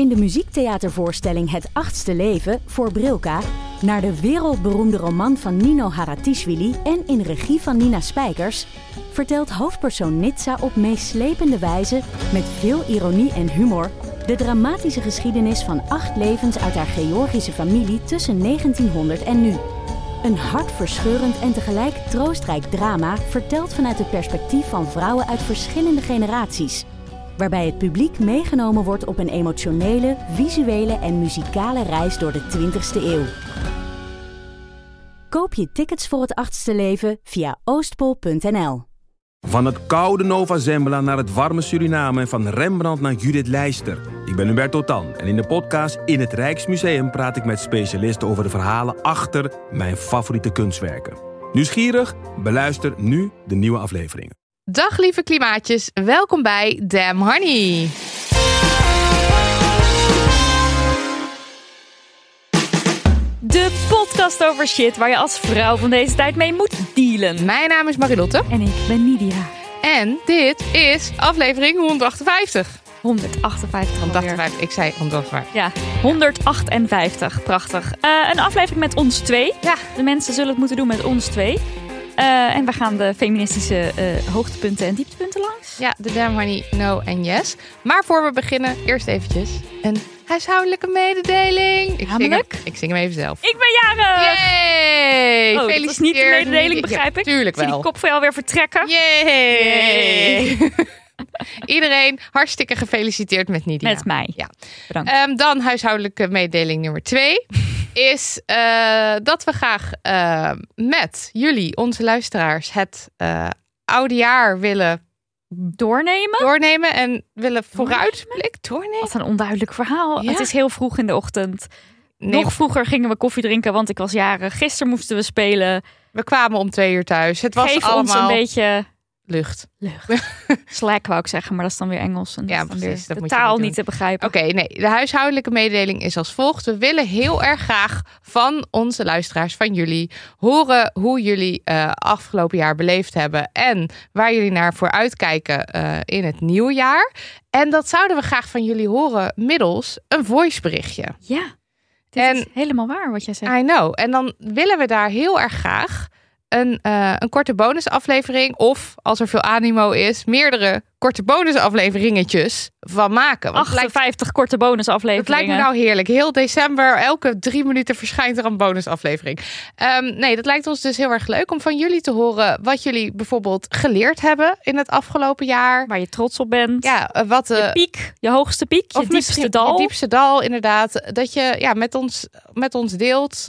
in de muziektheatervoorstelling Het Achtste Leven voor Brilka naar de wereldberoemde roman van Nino Haratischvili en in regie van Nina Spijkers vertelt hoofdpersoon Nitsa op meeslepende wijze, met veel ironie en humor, de dramatische geschiedenis van 8 levens uit haar Georgische familie tussen 1900 en nu. Een hartverscheurend en tegelijk troostrijk drama verteld vanuit het perspectief van vrouwen uit verschillende generaties, waarbij het publiek meegenomen wordt op een emotionele, visuele en muzikale reis door de 20e eeuw. Koop je tickets voor Het Achtste Leven via oostpol.nl. Van het koude Nova Zembla naar het warme Suriname en van Rembrandt naar Judith Leister. Ik ben Humberto Tan en in de podcast In het Rijksmuseum praat ik met specialisten over de verhalen achter mijn favoriete kunstwerken. Nieuwsgierig? Beluister nu de nieuwe afleveringen. Dag lieve klimaatjes, welkom bij Damn Honey. De podcast over shit waar je als vrouw van deze tijd mee moet dealen. Mijn naam is Marilotte. En ik ben Nidia. En dit is aflevering 158. 158 158, ik zei 158. Ja, 158. Prachtig. Een aflevering met ons 2. Ja. De mensen zullen het moeten doen met ons 2. En we gaan de feministische hoogtepunten en dieptepunten langs. Ja, de Damn Honey, no en yes. Maar voor we beginnen, eerst eventjes een huishoudelijke mededeling. Ik zing hem even zelf. Ik ben jarig! Yay! Oh, dat is niet de mededeling, begrijp ik? Tuurlijk wel. Ik zie die kop voor jou weer vertrekken. Yay! Iedereen hartstikke gefeliciteerd met Nidia. Met mij. Ja. Bedankt. Dan huishoudelijke mededeling nummer 2. Is dat we graag met jullie, onze luisteraars, het oude jaar willen doornemen en willen vooruitblik doornemen. Wat een onduidelijk verhaal. Ja. Het is heel vroeg in de ochtend. Nee. Nog vroeger gingen we koffie drinken, want ik was jarig. Gisteren moesten we spelen. We kwamen om 2 uur thuis. Het was Geef allemaal ons een beetje lucht. Slack wou ik zeggen, maar dat is dan weer Engels. En Ja, dat is dan precies. weer Dat de moet je taal niet niet te begrijpen. Oké, nee. De huishoudelijke mededeling is als volgt. We willen heel erg graag van onze luisteraars, van jullie, horen hoe jullie afgelopen jaar beleefd hebben en waar jullie naar voor uitkijken in het nieuwe jaar. En dat zouden we graag van jullie horen middels een voiceberichtje. Ja, dit is helemaal waar wat jij zegt. I know. En dan willen we daar heel erg graag een korte bonusaflevering, of als er veel animo is, meerdere korte bonusafleveringetjes van maken. Want 58 korte bonusafleveringen. Het lijkt me nou heerlijk. Heel december, elke 3 minuten verschijnt er een bonusaflevering. Nee, dat lijkt ons dus heel erg leuk om van jullie te horen wat jullie bijvoorbeeld geleerd hebben in het afgelopen jaar. Waar je trots op bent. Ja, je piek, je hoogste piek, je diepste dal. Je diepste dal, inderdaad. Dat je met ons deelt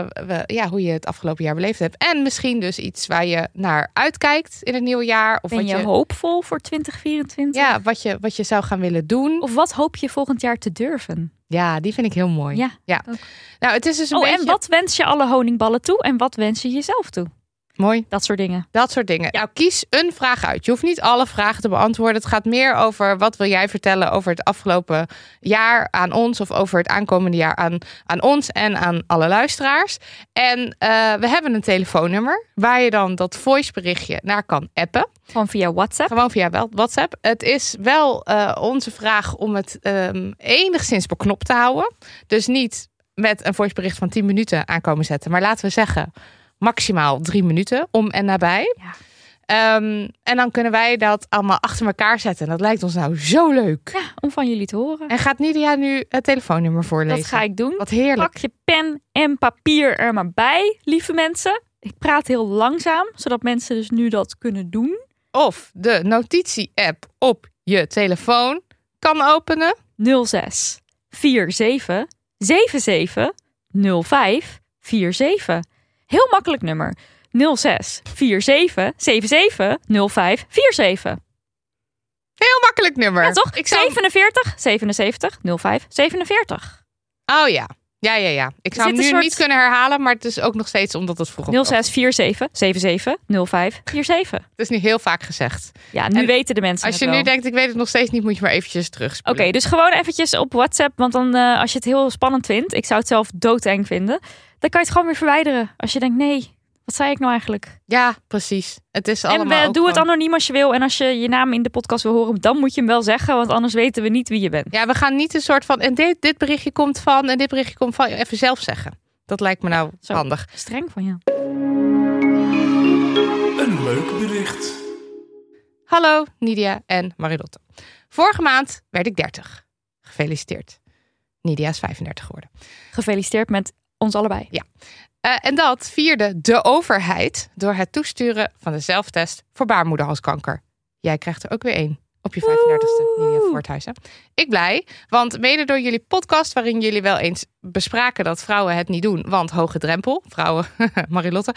hoe je het afgelopen jaar beleefd hebt. En misschien dus iets waar je naar uitkijkt in het nieuwe jaar. Of ben je hoopvol voor 2024? Ja, wat je zou gaan willen doen. Of wat hoop je volgend jaar te durven? Ja, die vind ik heel mooi. Ja. Nou, het is dus een beetje... En wat wens je alle honingballen toe en wat wens je jezelf toe? Mooi. Dat soort dingen. Ja. Nou, kies een vraag uit. Je hoeft niet alle vragen te beantwoorden. Het gaat meer over wat wil jij vertellen over het afgelopen jaar aan ons, of over het aankomende jaar aan ons en aan alle luisteraars. En we hebben een telefoonnummer waar je dan dat voiceberichtje naar kan appen. Gewoon via WhatsApp? Gewoon via WhatsApp. Het is wel onze vraag om het enigszins beknopt te houden. Dus niet met een voicebericht van 10 minuten aankomen zetten. Maar laten we zeggen maximaal 3 minuten om en nabij. Ja. En dan kunnen wij dat allemaal achter elkaar zetten. En dat lijkt ons nou zo leuk. Ja, om van jullie te horen. En gaat Nidia nu het telefoonnummer voorlezen? Dat ga ik doen. Wat heerlijk. Pak je pen en papier er maar bij, lieve mensen. Ik praat heel langzaam, zodat mensen dus nu dat kunnen doen. Of de notitie-app op je telefoon kan openen. 06 47 77 05 47. Heel makkelijk nummer. 06 47 77 05 47. Heel makkelijk nummer. Ja, toch? 47 77 05 47. Oh ja. Ja. Ik zou hem nu niet kunnen herhalen, maar het is ook nog steeds omdat het vroeg op 06 47 77 05 47. Het is nu heel vaak gezegd. Ja, nu weten de mensen als je nu denkt, ik weet het nog steeds niet, moet je maar eventjes terugspoelen. Oké, dus gewoon eventjes op WhatsApp, want dan als je het heel spannend vindt, ik zou het zelf doodeng vinden, dan kan je het gewoon weer verwijderen. Als je denkt, nee, Wat zei ik nou eigenlijk? Ja, precies. Het is allemaal En doe het anoniem als je wil. En als je je naam in de podcast wil horen, dan moet je hem wel zeggen. Want anders weten we niet wie je bent. Ja, we gaan niet een soort van... En dit berichtje komt van... En dit berichtje komt van... Even zelf zeggen. Dat lijkt me nou handig. Streng van je. Een leuk bericht. Hallo, Nidia en Marilotte. Vorige maand werd ik 30. Gefeliciteerd. Nidia is 35 geworden. Gefeliciteerd met ons allebei. Ja. En dat vierde de overheid door het toesturen van de zelftest voor baarmoederhalskanker. Jij krijgt er ook weer één op je 35ste, Nidia Voorthuizen. Ik blij, want mede door jullie podcast, waarin jullie wel eens bespraken dat vrouwen het niet doen, want hoge drempel, vrouwen, Marilotte.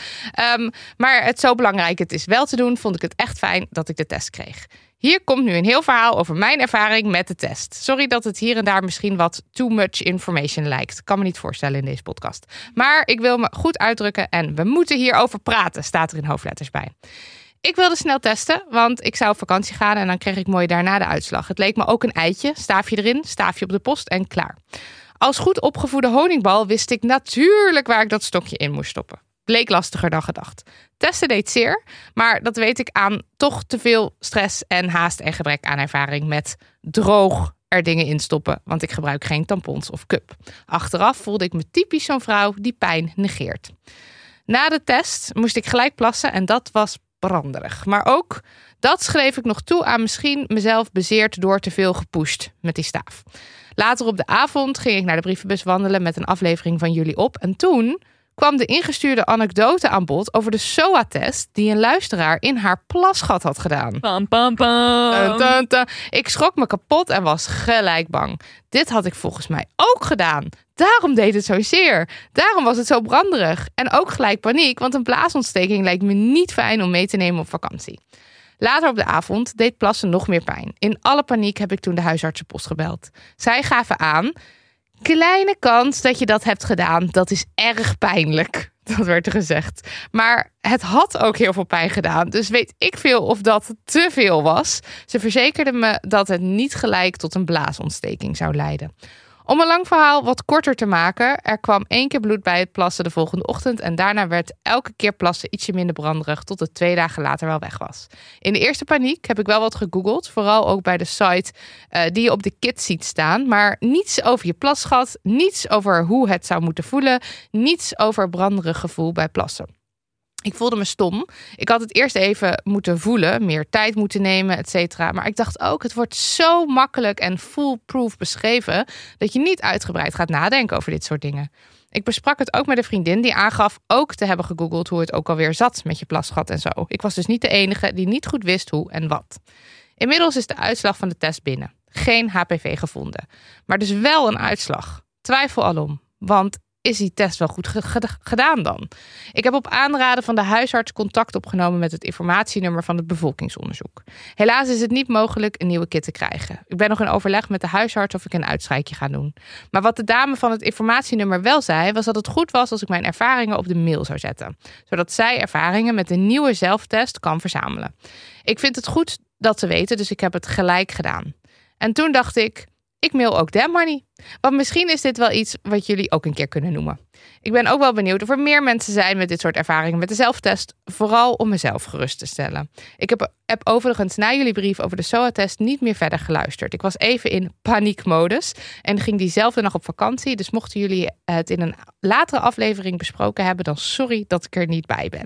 Maar het zo belangrijk het is wel te doen, vond ik het echt fijn dat ik de test kreeg. Hier komt nu een heel verhaal over mijn ervaring met de test. Sorry dat het hier en daar misschien wat too much information lijkt. Ik kan me niet voorstellen in deze podcast. Maar ik wil me goed uitdrukken en we moeten hierover praten, staat er in hoofdletters bij. Ik wilde snel testen, want ik zou op vakantie gaan en dan kreeg ik mooi daarna de uitslag. Het leek me ook een eitje, staafje erin, staafje op de post en klaar. Als goed opgevoede honingbal wist ik natuurlijk waar ik dat stokje in moest stoppen. Bleek lastiger dan gedacht. Testen deed zeer, maar dat weet ik aan toch te veel stress en haast en gebrek aan ervaring met droog er dingen in stoppen, want ik gebruik geen tampons of cup. Achteraf voelde ik me typisch zo'n vrouw die pijn negeert. Na de test moest ik gelijk plassen en dat was branderig. Maar ook dat schreef ik nog toe aan misschien mezelf bezeerd door te veel gepusht met die staaf. Later op de avond ging ik naar de brievenbus wandelen met een aflevering van jullie op en toen kwam de ingestuurde anekdote aan bod over de SOA-test die een luisteraar in haar plasgat had gedaan. Pam, pam, pam. Ik schrok me kapot en was gelijk bang. Dit had ik volgens mij ook gedaan. Daarom deed het zo zeer. Daarom was het zo branderig. En ook gelijk paniek, want een blaasontsteking lijkt me niet fijn om mee te nemen op vakantie. Later op de avond deed plassen nog meer pijn. In alle paniek heb ik toen de huisartsenpost gebeld. Zij gaven aan: kleine kans dat je dat hebt gedaan. Dat is erg pijnlijk. Dat werd er gezegd. Maar het had ook heel veel pijn gedaan. Dus weet ik veel of dat te veel was. Ze verzekerden me dat het niet gelijk tot een blaasontsteking zou leiden. Om een lang verhaal wat korter te maken. Er kwam 1 keer bloed bij het plassen de volgende ochtend. En daarna werd elke keer plassen ietsje minder branderig. Tot het 2 dagen later wel weg was. In de eerste paniek heb ik wel wat gegoogeld. Vooral ook bij de site die je op de kit ziet staan. Maar niets over je plasgat. Niets over hoe het zou moeten voelen. Niets over branderig gevoel bij plassen. Ik voelde me stom. Ik had het eerst even moeten voelen, meer tijd moeten nemen, et cetera. Maar ik dacht ook, het wordt zo makkelijk en foolproof beschreven dat je niet uitgebreid gaat nadenken over dit soort dingen. Ik besprak het ook met een vriendin die aangaf ook te hebben gegoogeld hoe het ook alweer zat met je plasgat en zo. Ik was dus niet de enige die niet goed wist hoe en wat. Inmiddels is de uitslag van de test binnen. Geen HPV gevonden. Maar dus wel een uitslag. Twijfel alom, want is die test wel goed gedaan dan? Ik heb op aanraden van de huisarts contact opgenomen met het informatienummer van het bevolkingsonderzoek. Helaas is het niet mogelijk een nieuwe kit te krijgen. Ik ben nog in overleg met de huisarts of ik een uitstrijkje ga doen. Maar wat de dame van het informatienummer wel zei, was dat het goed was als ik mijn ervaringen op de mail zou zetten. Zodat zij ervaringen met de nieuwe zelftest kan verzamelen. Ik vind het goed dat te weten, dus ik heb het gelijk gedaan. En toen dacht ik mail ook Damn Honey. Want misschien is dit wel iets wat jullie ook een keer kunnen noemen. Ik ben ook wel benieuwd of er meer mensen zijn met dit soort ervaringen met de zelftest. Vooral om mezelf gerust te stellen. Ik heb overigens na jullie brief over de SOA-test niet meer verder geluisterd. Ik was even in paniekmodus en ging diezelfde dag op vakantie. Dus mochten jullie het in een latere aflevering besproken hebben, dan sorry dat ik er niet bij ben.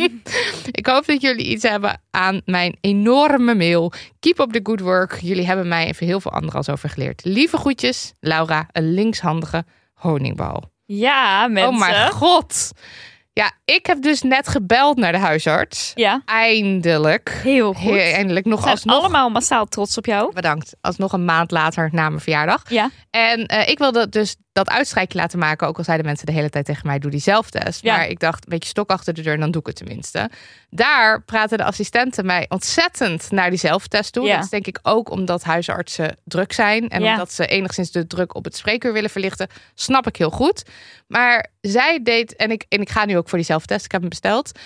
Ik hoop dat jullie iets hebben aan mijn enorme mail. Keep up the good work. Jullie hebben mij even heel veel anderen al over geleerd. Lieve groetjes, Laura, een linkshandige honingbal. Ja, mensen. Oh mijn god. Ja, ik heb dus net gebeld naar de huisarts. Ja. Eindelijk. Heel goed. Eindelijk nog We zijn alsnog. allemaal massaal trots op jou. Bedankt. Alsnog een maand later na mijn verjaardag. Ja. En ik wilde dus dat uitstrijkje laten maken. Ook al zeiden mensen de hele tijd tegen mij, doe die zelftest. Ja. Maar ik dacht, een beetje stok achter de deur en dan doe ik het tenminste. Daar praten de assistenten mij ontzettend naar die zelftest toe. Ja. Dat is denk ik ook omdat huisartsen druk zijn. En omdat ze enigszins de druk op het spreekuur willen verlichten. Snap ik heel goed. Maar zij deed, en ik ga nu ook voor die zelftest. Ik heb hem besteld.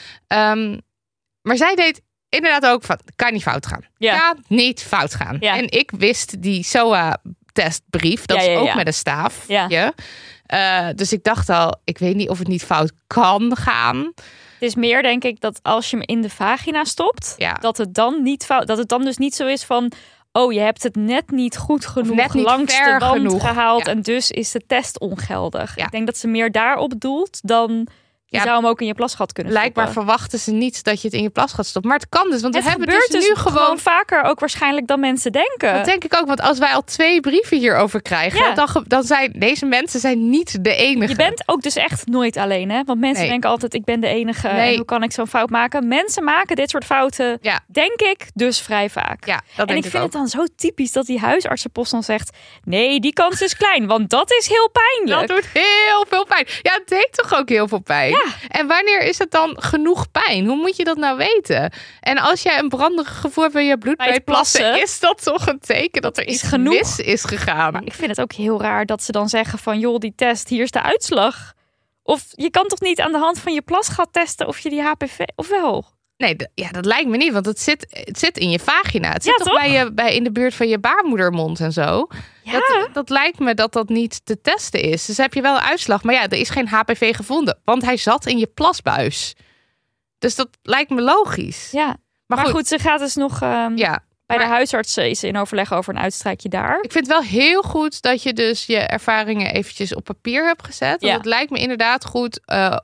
Maar zij deed inderdaad ook van, kan niet fout gaan. Ja. Kan niet fout gaan. Ja. En ik wist die SOA-testbrief. Dat is ook met een staaf. Ja. Dus ik dacht al, ik weet niet of het niet fout kan gaan. Het is meer, denk ik, dat als je hem in de vagina stopt, dat het dan niet dat het dan dus niet zo is van, je hebt het net niet goed genoeg net niet langs ver de wand genoeg gehaald en dus is de test ongeldig. Ja. Ik denk dat ze meer daarop doelt dan je zou hem ook in je plasgat kunnen Blijkbaar stoppen. verwachten ze niet dat je het in je plasgat stopt. Maar het kan dus, want Het we hebben gebeurt dus nu gewoon vaker ook waarschijnlijk dan mensen denken. Dat denk ik ook, want als wij al 2 brieven hierover krijgen, dan zijn deze mensen zijn niet de enige. Je bent ook dus echt nooit alleen, hè? Want mensen denken altijd, ik ben de enige. En hoe kan ik zo'n fout maken? Mensen maken dit soort fouten, denk ik, dus vrij vaak. Ja, dat en denk ik vind ook. het dan zo typisch dat die huisartsenpost dan zegt, nee, die kans is klein, want dat is heel pijnlijk. Dat doet heel veel pijn. Ja, het deed toch ook heel veel pijn. Ja. En wanneer is het dan genoeg pijn? Hoe moet je dat nou weten? En als jij een branderig gevoel hebt in je bloed bij het plassen, is dat toch een teken dat er iets mis is gegaan? Maar ik vind het ook heel raar dat ze dan zeggen van, joh, die test, hier is de uitslag. Of je kan toch niet aan de hand van je plasgat testen of je die HPV, of wel? Nee, dat lijkt me niet, want het zit in je vagina. Het zit toch in de buurt van je baarmoedermond en zo. Ja. Dat lijkt me dat niet te testen is. Dus heb je wel een uitslag. Maar ja, er is geen HPV gevonden, want hij zat in je plasbuis. Dus dat lijkt me logisch. Ja, maar goed, ze gaat dus nog bij de huisarts is in overleg over een uitstrijkje daar. Ik vind het wel heel goed dat je dus je ervaringen eventjes op papier hebt gezet. Want het lijkt me inderdaad goed,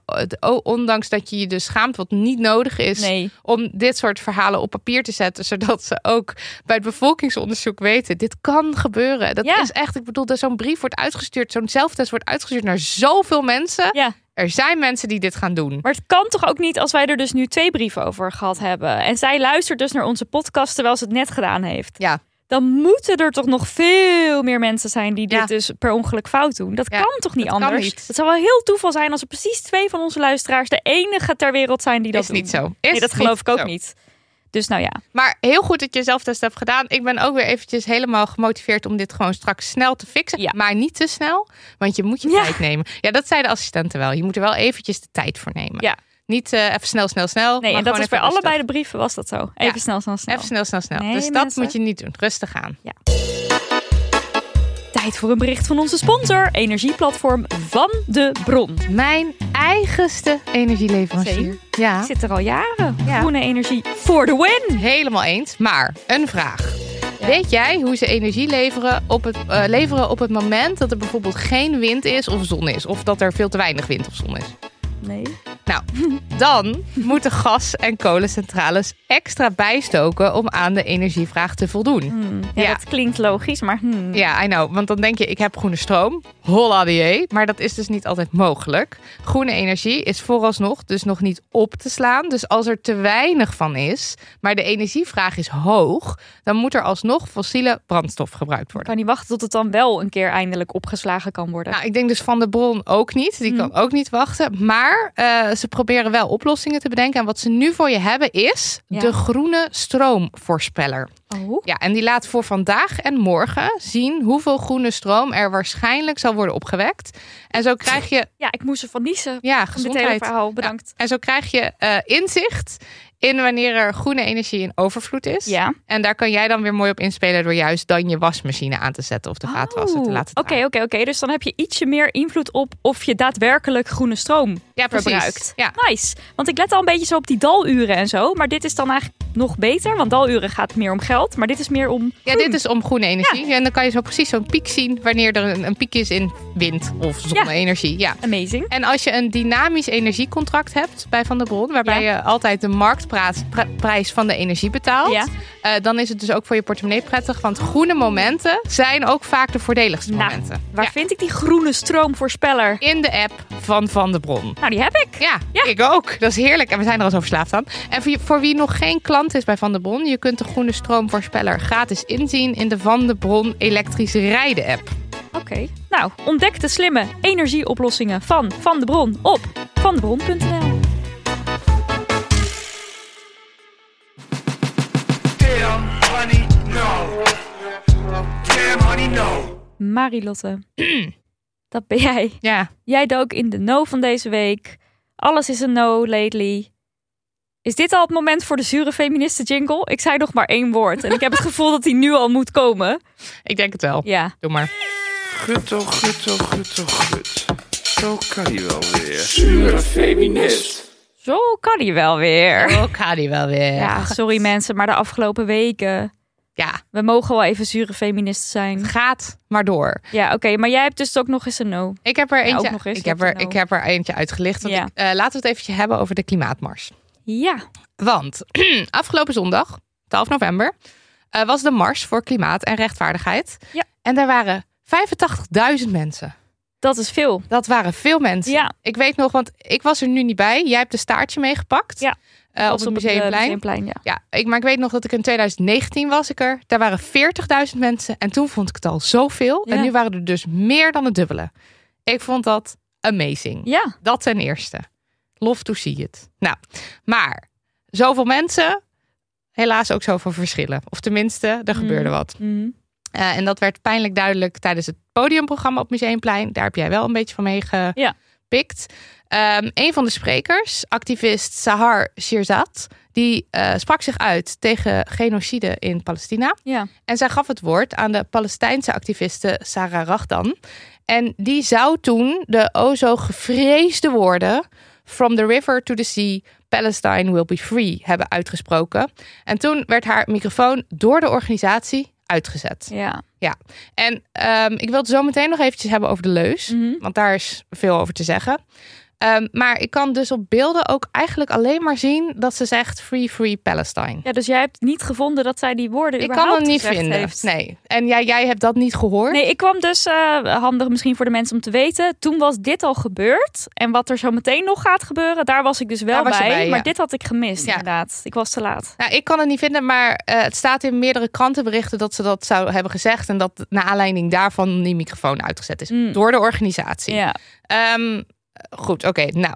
ondanks dat je je dus schaamt, wat niet nodig is, om dit soort verhalen op papier te zetten, zodat ze ook bij het bevolkingsonderzoek weten, dit kan gebeuren. Dat is echt, ik bedoel, dat zo'n brief wordt uitgestuurd, zo'n zelftest wordt uitgestuurd naar zoveel mensen. Ja. Er zijn mensen die dit gaan doen. Maar het kan toch ook niet als wij er dus nu 2 brieven over gehad hebben. En zij luistert dus naar onze podcast terwijl ze het net gedaan heeft. Ja. Dan moeten er toch nog veel meer mensen zijn die dit dus per ongeluk fout doen. Dat kan toch niet anders? Kan niet. Het zou wel heel toeval zijn als er precies 2 van onze luisteraars de enige ter wereld zijn die dat doen. Is niet zo. Nee, dat geloof ik ook niet. Dus nou ja. Maar heel goed dat je zelftest hebt gedaan. Ik ben ook weer eventjes helemaal gemotiveerd om dit gewoon straks snel te fixen. Ja. Maar niet te snel, want je moet je tijd nemen. Ja, dat zei de assistenten wel. Je moet er wel eventjes de tijd voor nemen. Ja. Niet even snel. Nee, en dat was bij allebei de brieven was dat zo. Even snel. Even snel. Nee, dus dat moet je niet doen. Rustig aan. Ja. Tijd voor een bericht van onze sponsor, energieplatform Van de Bron. Mijn eigenste energieleverancier. Ja. Ik zit er al jaren. Ja. Groene energie for the win. Helemaal eens. Maar een vraag. Ja. Weet jij hoe ze energie leveren op het moment dat er bijvoorbeeld geen wind is of zon is? Of dat er veel te weinig wind of zon is? Nee. Nou, dan moeten gas- en kolencentrales extra bijstoken om aan de energievraag te voldoen. Dat klinkt logisch, maar... Ja, I know. Want dan denk je, ik heb groene stroom. Holla die. Maar dat is dus niet altijd mogelijk. Groene energie is vooralsnog dus nog niet op te slaan. Dus als er te weinig van is, maar de energievraag is hoog, dan moet er alsnog fossiele brandstof gebruikt worden. Kan niet wachten tot het dan wel een keer eindelijk opgeslagen kan worden? Nou, ik denk dus Van de Bron ook niet. Die kan ook niet wachten. Maar ze proberen wel oplossingen te bedenken. En wat ze nu voor je hebben is de groene stroomvoorspeller. Oh. Ja, en die laat voor vandaag en morgen zien hoeveel groene stroom er waarschijnlijk zal worden opgewekt. En zo krijg je... Ja, ik moest ervan niezen. Ja, gezondheid. Dit hele verhaal, bedankt. Ja. En zo krijg je inzicht in wanneer er groene energie in overvloed is. Ja. En daar kan jij dan weer mooi op inspelen door juist dan je wasmachine aan te zetten of de vaatwasser te laten draaien. Oké. Dus dan heb je ietsje meer invloed op of je daadwerkelijk groene stroom verbruikt. Ja. Nice. Want ik let al een beetje zo op die daluren en zo. Maar dit is dan eigenlijk nog beter. Want daluren gaat meer om geld. Maar dit is meer om Ja, dit is om groene energie. Ja. En dan kan je zo precies zo'n piek zien wanneer er een piek is in wind of zonne-energie. Ja. Amazing. En als je een dynamisch energiecontract hebt bij Van der Bron, waarbij je altijd de marktprijs van de energie betaalt, dan is het dus ook voor je portemonnee prettig. Want groene momenten zijn ook vaak de voordeligste momenten. Waar vind ik die groene stroomvoorspeller? In de app van Van der Bron. Nou, die heb ik. Ja, ik ook. Dat is heerlijk. En we zijn er al zo verslaafd aan. En voor wie nog geen klant is bij Van der Bron, je kunt de groene stroomvoorspeller gratis inzien in de Van der Bron elektrische rijden app. Oké. Nou, ontdek de slimme energieoplossingen van Van der Bron op vandebron.nl. Marilotte, dat ben jij. Ja. Jij dook in de no van deze week. Alles is een no lately. Is dit al het moment voor de zure feministen jingle? Ik zei nog maar 1 woord. En ik heb het gevoel dat die nu al moet komen. Ik denk het wel. Ja. Doe maar. Gut. Zo kan hij wel weer. Zure feminist. Zo kan hij wel weer. Zo kan die wel weer. Ja, sorry mensen, maar de afgelopen weken... Ja, We mogen wel even zure feministen zijn. gaat maar door. Ja, oké. Maar jij hebt dus ook nog eens een no. Ik heb er eentje, ook nog eens, ik heb er eentje uitgelicht. Want Ja. laten we het eventjes hebben over de klimaatmars. Ja. Want afgelopen zondag, 12 november, was de Mars voor Klimaat en Rechtvaardigheid. Ja. En daar waren 85.000 mensen. Dat is veel. Dat waren veel mensen. Ja. Ik weet nog, want ik was er nu niet bij. Jij hebt de staartje meegepakt. Ja. Op het Museumplein. Ja. Maar ik weet nog dat ik in 2019 was ik er. Daar waren 40.000 mensen. En toen vond ik het al zoveel. Ja. En nu waren er dus meer dan het dubbele. Ik vond dat amazing. Ja. Dat ten eerste. Love to see it. Nou, maar zoveel mensen, helaas ook zoveel verschillen. Of tenminste, er gebeurde wat. Mhm. En dat werd pijnlijk duidelijk tijdens het podiumprogramma op Museumplein. Daar heb jij wel een beetje van meegepikt. Een van de sprekers, activist Sahar Shirzad, die sprak zich uit tegen genocide in Palestina. Ja. En zij gaf het woord aan de Palestijnse activiste Sarah Rachdan. En die zou toen de o zo gevreesde woorden "From the river to the sea, Palestine will be free" hebben uitgesproken. En toen werd haar microfoon door de organisatie uitgezet. Ja. Ja, en ik wil het zo meteen nog eventjes hebben over de leus. Mhm. Want daar is veel over te zeggen. Maar ik kan dus op beelden ook eigenlijk alleen maar zien dat ze zegt "Free, free Palestine". Ja, dus jij hebt niet gevonden dat zij die woorden Ik kan überhaupt hem niet gezegd vinden. heeft. Nee. En jij hebt dat niet gehoord? Nee, ik kwam dus, handig misschien voor de mensen om te weten, toen was dit al gebeurd. En wat er zo meteen nog gaat gebeuren, daar was ik dus wel Daar was je bij. bij, ja. Maar dit had ik gemist, Ja. inderdaad. Ik was te laat. Nou, ik kan het niet vinden, maar het staat in meerdere krantenberichten dat ze dat zou hebben gezegd. En dat naar aanleiding daarvan die microfoon uitgezet is. Mm. Door de organisatie. Ja. Goed, oké. Nou,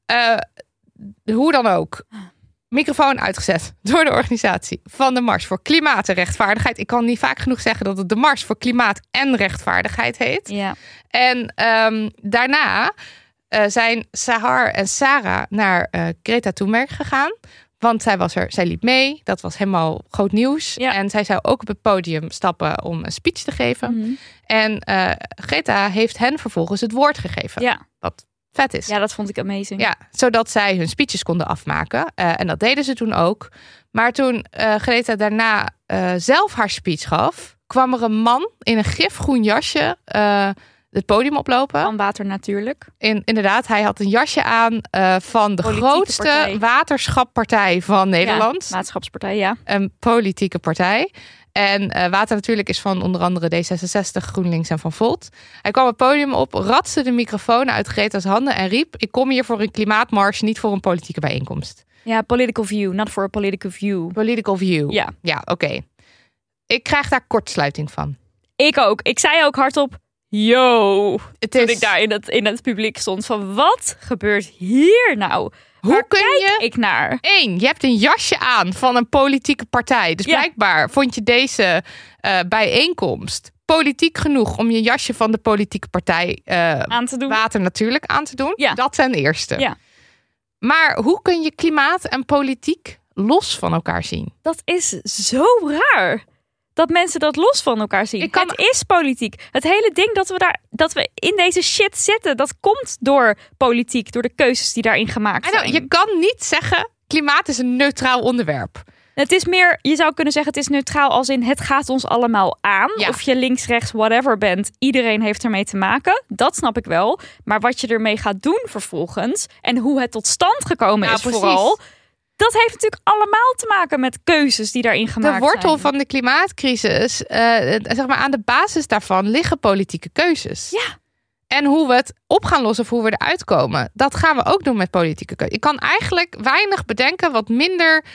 hoe dan ook. Microfoon uitgezet door de organisatie van de Mars voor Klimaat en Rechtvaardigheid. Ik kan niet vaak genoeg zeggen dat het de Mars voor Klimaat en Rechtvaardigheid heet. Ja. En daarna zijn Sahar en Sarah naar Greta Thunberg gegaan. Want zij liep mee. Dat was helemaal groot nieuws. Ja. En zij zou ook op het podium stappen om een speech te geven. Mhm. En Greta heeft hen vervolgens het woord gegeven. Ja. Wat vet is. Ja, dat vond ik amazing. Ja, zodat zij hun speeches konden afmaken. En dat deden ze toen ook. Maar toen Greta daarna zelf haar speech gaf, kwam er een man in een gifgroen jasje het podium oplopen. Van Water Natuurlijk. Inderdaad, hij had een jasje aan van de Politieke grootste partij. waterschappartij van Nederland. Ja, Maatschappspartij, ja. Een politieke partij. En Water Natuurlijk is van onder andere D66, GroenLinks en Van Volt. Hij kwam het podium op, ratste de microfoon uit Greta's handen en riep: "Ik kom hier voor een klimaatmars, niet voor een politieke bijeenkomst." Ja, political view, not for a political view. Political view. Ja. Ja, oké. Ik krijg daar kortsluiting van. Ik ook. Ik zei ook hardop, yo. Het Toen is, ik daar in het publiek stond van, wat gebeurt hier nou? hoe Waar kun kijk je... ik naar? 1, je hebt een jasje aan van een politieke partij. Dus Ja. blijkbaar vond je deze bijeenkomst politiek genoeg om je jasje van de politieke partij Aan te doen. Water Natuurlijk aan te doen. Ja. Dat ten eerste. Ja. Maar hoe kun je klimaat en politiek los van elkaar zien? Dat is zo raar. Dat mensen dat los van elkaar zien. Ik kan- Het is politiek. Het hele ding dat we in deze shit zitten, dat komt door politiek, door de keuzes die daarin gemaakt zijn. Je kan niet zeggen, klimaat is een neutraal onderwerp. Het is meer, je zou kunnen zeggen, het is neutraal als in het gaat ons allemaal aan. Ja. Of je links, rechts, whatever bent. Iedereen heeft ermee te maken. Dat snap ik wel. Maar wat je ermee gaat doen vervolgens en hoe het tot stand gekomen Ja, is precies. vooral. Dat heeft natuurlijk allemaal te maken met keuzes die daarin gemaakt De wortel zijn. van de klimaatcrisis, zeg maar aan de basis daarvan liggen politieke keuzes. Ja. En hoe we het op gaan lossen of hoe we eruit komen, dat gaan we ook doen met politieke keuzes. Ik kan eigenlijk weinig bedenken wat minder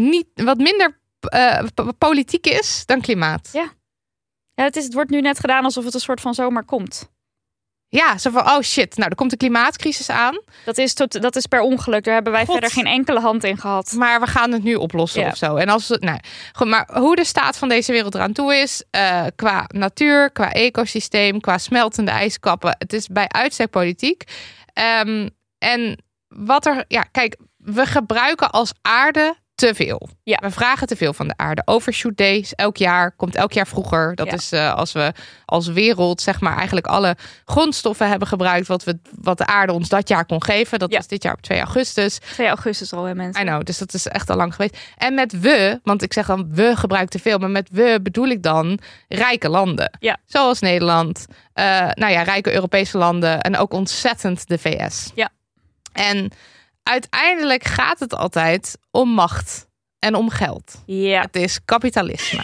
politiek is dan klimaat. Ja. Ja, het wordt nu net gedaan alsof het een soort van zomaar komt. Ja, zo van, oh shit, nou, er komt de klimaatcrisis aan. Dat is per ongeluk. Daar hebben wij God. verder geen enkele hand in gehad. Maar we gaan het nu oplossen Ja. of zo. En als nou, goed, maar hoe de staat van deze wereld eraan toe is, qua natuur, qua ecosysteem, qua smeltende ijskappen, het is bij uitstek politiek. En wat er, ja, kijk, we gebruiken als aarde te veel. Ja. We vragen te veel van de aarde. Overshoot days komt elk jaar vroeger. Dat is als we als wereld zeg maar eigenlijk alle grondstoffen hebben gebruikt wat de aarde ons dat jaar kon geven. Dat was dit jaar op 2 augustus. 2 augustus al, hè, mensen. I know, dus dat is echt al lang geweest. En met we, want ik zeg dan we gebruiken te veel, maar met we bedoel ik dan rijke landen. Ja. Zoals Nederland, rijke Europese landen en ook ontzettend de VS. Ja. En uiteindelijk gaat het altijd om macht en om geld. Ja. Het is kapitalisme.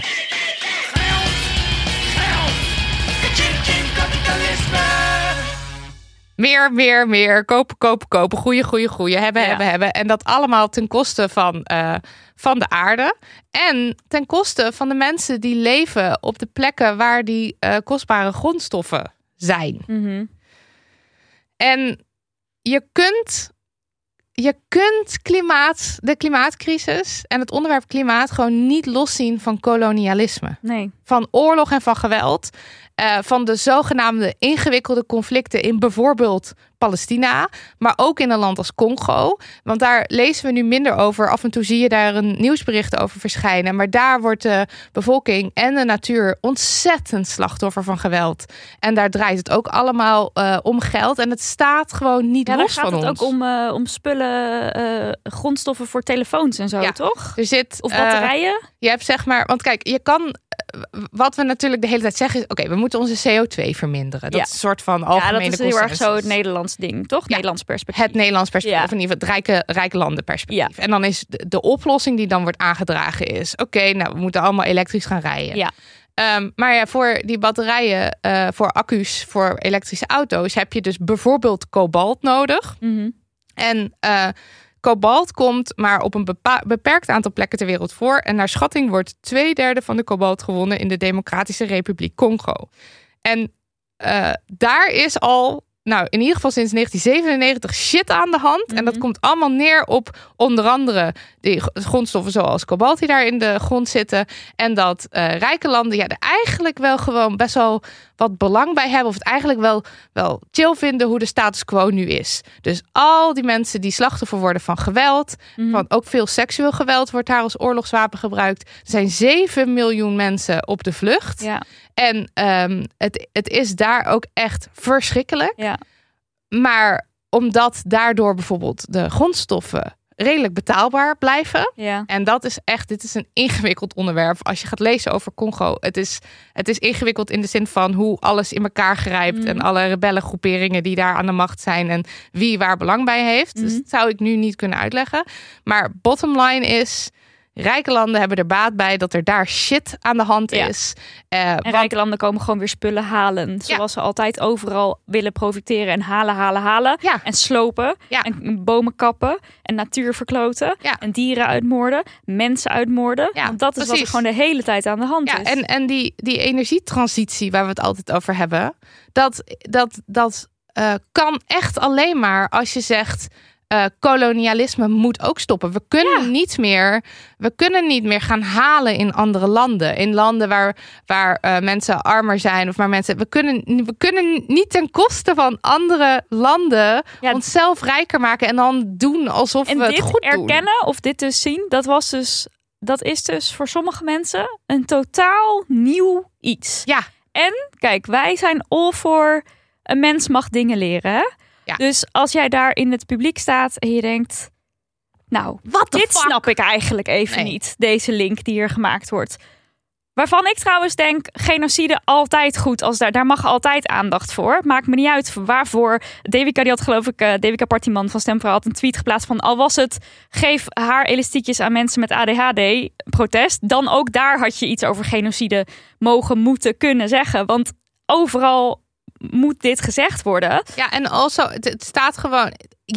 Meer. Kopen. Goeie. Hebben. En dat allemaal ten koste van de aarde. En ten koste van de mensen die leven op de plekken waar die kostbare grondstoffen zijn. Mm-hmm. En je kunt de klimaatcrisis en het onderwerp klimaat gewoon niet loszien van kolonialisme. Nee. Van oorlog en van geweld. Van de zogenaamde ingewikkelde conflicten in bijvoorbeeld Palestina, maar ook in een land als Congo. Want daar lezen we nu minder over. Af en toe zie je daar een nieuwsbericht over verschijnen. Maar daar wordt de bevolking en de natuur ontzettend slachtoffer van geweld. En daar draait het ook allemaal om geld. En het staat gewoon niet los van ons. Ja, daar gaat het ook om spullen, grondstoffen voor telefoons en zo, toch? Er zit, of batterijen? Je hebt zeg maar, want kijk, je kan. Wat we natuurlijk de hele tijd zeggen is, oké, we moeten onze CO2 verminderen. Dat is een soort van algemene consensus. Ja, dat is heel erg zo het Nederlands ding, toch? Ja, Nederlands perspectief. Het Nederlands perspectief, of in ieder geval het rijke landenperspectief. Ja. En dan is de oplossing die dan wordt aangedragen is, oké, we moeten allemaal elektrisch gaan rijden. Ja. Maar ja, voor die batterijen, voor accu's, voor elektrische auto's, heb je dus bijvoorbeeld kobalt nodig. Mm-hmm. En kobalt komt maar op een beperkt aantal plekken ter wereld voor. En naar schatting wordt 2/3 van de kobalt gewonnen in de Democratische Republiek Congo. En daar is al, in ieder geval sinds 1997 shit aan de hand. Mm-hmm. En dat komt allemaal neer op onder andere die grondstoffen zoals kobalt die daar in de grond zitten. En dat rijke landen er eigenlijk wel gewoon best wel wat belang bij hebben. Of het eigenlijk wel chill vinden hoe de status quo nu is. Dus al die mensen die slachtoffer worden van geweld. Mm-hmm. Van ook veel seksueel geweld wordt daar als oorlogswapen gebruikt. Er zijn 7 miljoen mensen op de vlucht. Ja. En het is daar ook echt verschrikkelijk. Ja. Maar omdat daardoor bijvoorbeeld de grondstoffen redelijk betaalbaar blijven. Ja. En dit is een ingewikkeld onderwerp. Als je gaat lezen over Congo, het is ingewikkeld in de zin van hoe alles in elkaar grijpt en alle rebellengroeperingen die daar aan de macht zijn en wie waar belang bij heeft. Dus dat zou ik nu niet kunnen uitleggen. Maar bottom line is, rijke landen hebben er baat bij dat er daar shit aan de hand is. Rijke landen komen gewoon weer spullen halen. Zoals ze altijd overal willen profiteren en halen. Ja. En slopen. Ja. En bomen kappen. En natuur verkloten. Ja. En dieren uitmoorden. Mensen uitmoorden. Ja, want dat is wat er gewoon de hele tijd aan de hand is. En die energietransitie waar we het altijd over hebben. Dat kan echt alleen maar als je zegt, kolonialisme moet ook stoppen. We kunnen niet meer gaan halen in andere landen. In landen waar mensen armer zijn. Of maar mensen. We kunnen niet ten koste van andere landen onszelf rijker maken. En dan doen alsof we het goed doen. En dit erkennen of dit dus zien. Dat is dus voor sommige mensen een totaal nieuw iets. Ja. En kijk, wij zijn all voor een mens mag dingen leren, hè? Ja. Dus als jij daar in het publiek staat en je denkt, dit snap ik eigenlijk even niet. Deze link die hier gemaakt wordt. Waarvan ik trouwens denk, genocide altijd goed. Als daar mag altijd aandacht voor. Maakt me niet uit waarvoor. Devika, die had geloof ik, Devika Partiman van Stemvrouw had een tweet geplaatst van, al was het, geef haar elastiekjes aan mensen met ADHD, protest. Dan ook daar had je iets over genocide moeten kunnen zeggen. Want overal moet dit gezegd worden. Ja, en also, het staat gewoon,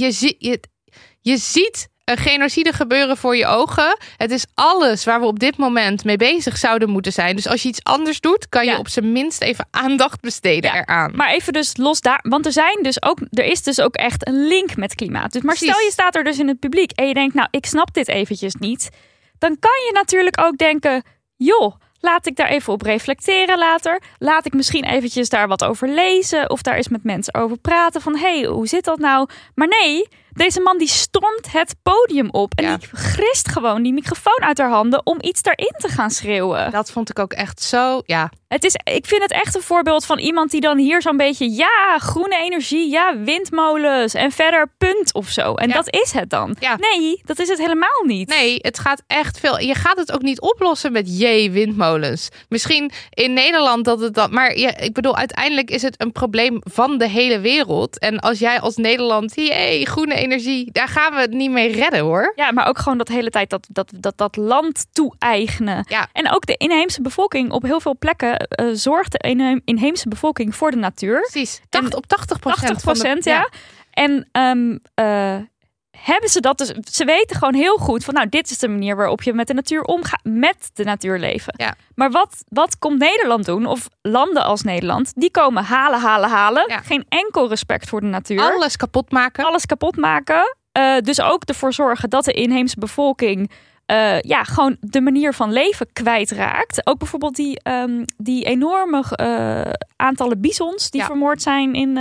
je ziet een genocide gebeuren voor je ogen. Het is alles waar we op dit moment mee bezig zouden moeten zijn. Dus als je iets anders doet, kan je op zijn minst even aandacht besteden eraan. Maar even dus los daar, want er is dus ook echt een link met klimaat. Dus maar stel je staat er dus in het publiek en je denkt, ik snap dit eventjes niet. Dan kan je natuurlijk ook denken, joh, laat ik daar even op reflecteren later. Laat ik misschien eventjes daar wat over lezen. Of daar eens met mensen over praten. Van, hoe zit dat nou? Maar nee, Deze man die stormt het podium op. En die grist gewoon die microfoon uit haar handen om iets daarin te gaan schreeuwen. Dat vond ik ook echt zo, Ik vind het echt een voorbeeld van iemand die dan hier zo'n beetje... groene energie, windmolens en verder punt of zo. En dat is het dan. Ja. Nee, dat is het helemaal niet. Nee, het gaat echt veel... Je gaat het ook niet oplossen met windmolens. Misschien in Nederland dat het dan... Maar ik bedoel, uiteindelijk is het een probleem van de hele wereld. En als jij als Nederland... groene energie, daar gaan we het niet mee redden, hoor. Ja, maar ook gewoon dat hele tijd dat land toe-eigenen. Ja. En ook de inheemse bevolking op heel veel plekken... zorgt de inheemse bevolking voor de natuur. Precies, op 80%. 80%, ja. En hebben ze dat dus... Ze weten gewoon heel goed van... dit is de manier waarop je met de natuur omgaat. Met de natuur leven. Ja. Maar wat komt Nederland doen? Of landen als Nederland? Die komen halen. Ja. Geen enkel respect voor de natuur. Alles kapot maken. Dus ook ervoor zorgen dat de inheemse bevolking... gewoon de manier van leven kwijtraakt. Ook bijvoorbeeld die enorme aantallen bisons... die vermoord zijn in...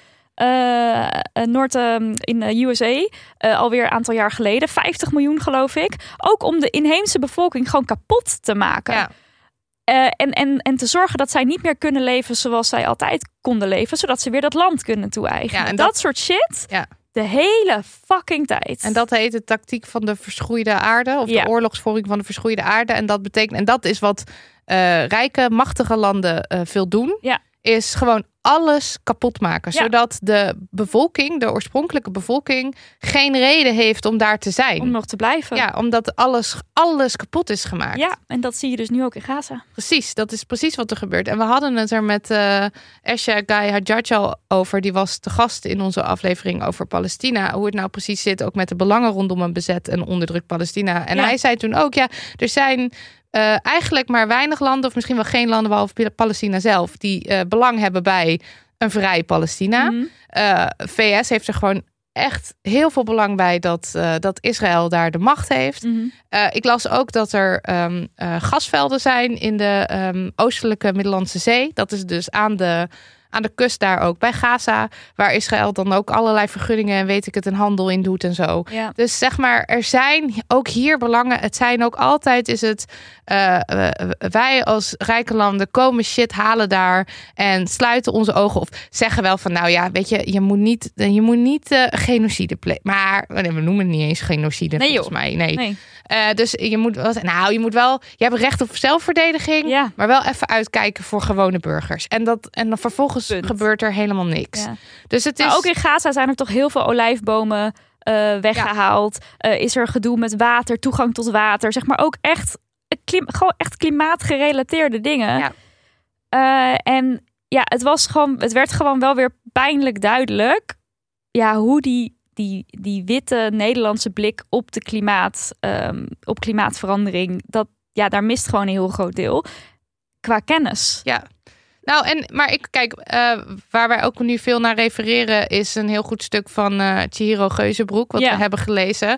in de USA, alweer een aantal jaar geleden. 50 miljoen, geloof ik. Ook om de inheemse bevolking gewoon kapot te maken. Ja. En te zorgen dat zij niet meer kunnen leven zoals zij altijd konden leven. Zodat ze weer dat land kunnen toe-eigenen. Ja, en dat soort shit... Ja. De hele fucking tijd. En dat heet de tactiek van de verschroeide aarde. Of de oorlogsvoering van de verschroeide aarde. En dat betekent, en dat is wat rijke, machtige landen veel doen. Ja. Is gewoon alles kapot maken. Ja. Zodat de bevolking, de oorspronkelijke bevolking... geen reden heeft om daar te zijn. Om nog te blijven. Ja, omdat alles kapot is gemaakt. Ja, en dat zie je dus nu ook in Gaza. Precies, dat is precies wat er gebeurt. En we hadden het er met Esha Gai Hajjaj al over. Die was te gast in onze aflevering over Palestina. Hoe het nou precies zit, ook met de belangen rondom een bezet en onderdrukt Palestina. En hij zei toen ook, er zijn... eigenlijk maar weinig landen, of misschien wel geen landen, behalve Palestina zelf, die belang hebben bij een vrij Palestina. Mm-hmm. VS heeft er gewoon echt heel veel belang bij dat Israël daar de macht heeft. Mm-hmm. Ik las ook dat er gasvelden zijn in de oostelijke Middellandse Zee. Dat is dus aan de kust daar ook bij Gaza, waar Israël dan ook allerlei vergunningen en weet ik het, een handel in doet en zo. Ja. Dus zeg maar, er zijn ook hier belangen. Het zijn ook altijd, is het wij als rijke landen komen shit halen daar en sluiten onze ogen of zeggen wel van, weet je, je moet niet genocide plegen. Maar we noemen het niet eens genocide, volgens mij. Nee. Dus je moet wel, je hebt recht op zelfverdediging, maar wel even uitkijken voor gewone burgers. En dan vervolgens gebeurt er helemaal niks. Ja. Dus het is... Maar ook in Gaza zijn er toch heel veel olijfbomen weggehaald. Is er gedoe met water, toegang tot water. Zeg maar ook echt, gewoon echt klimaatgerelateerde dingen. Ja. En het werd gewoon wel weer pijnlijk duidelijk. Ja, hoe die witte Nederlandse blik op op klimaatverandering. Daar mist gewoon een heel groot deel. Qua kennis. Ja. Nou, waar wij ook nu veel naar refereren is een heel goed stuk van Chihiro Geuzenbroek, wat we hebben gelezen.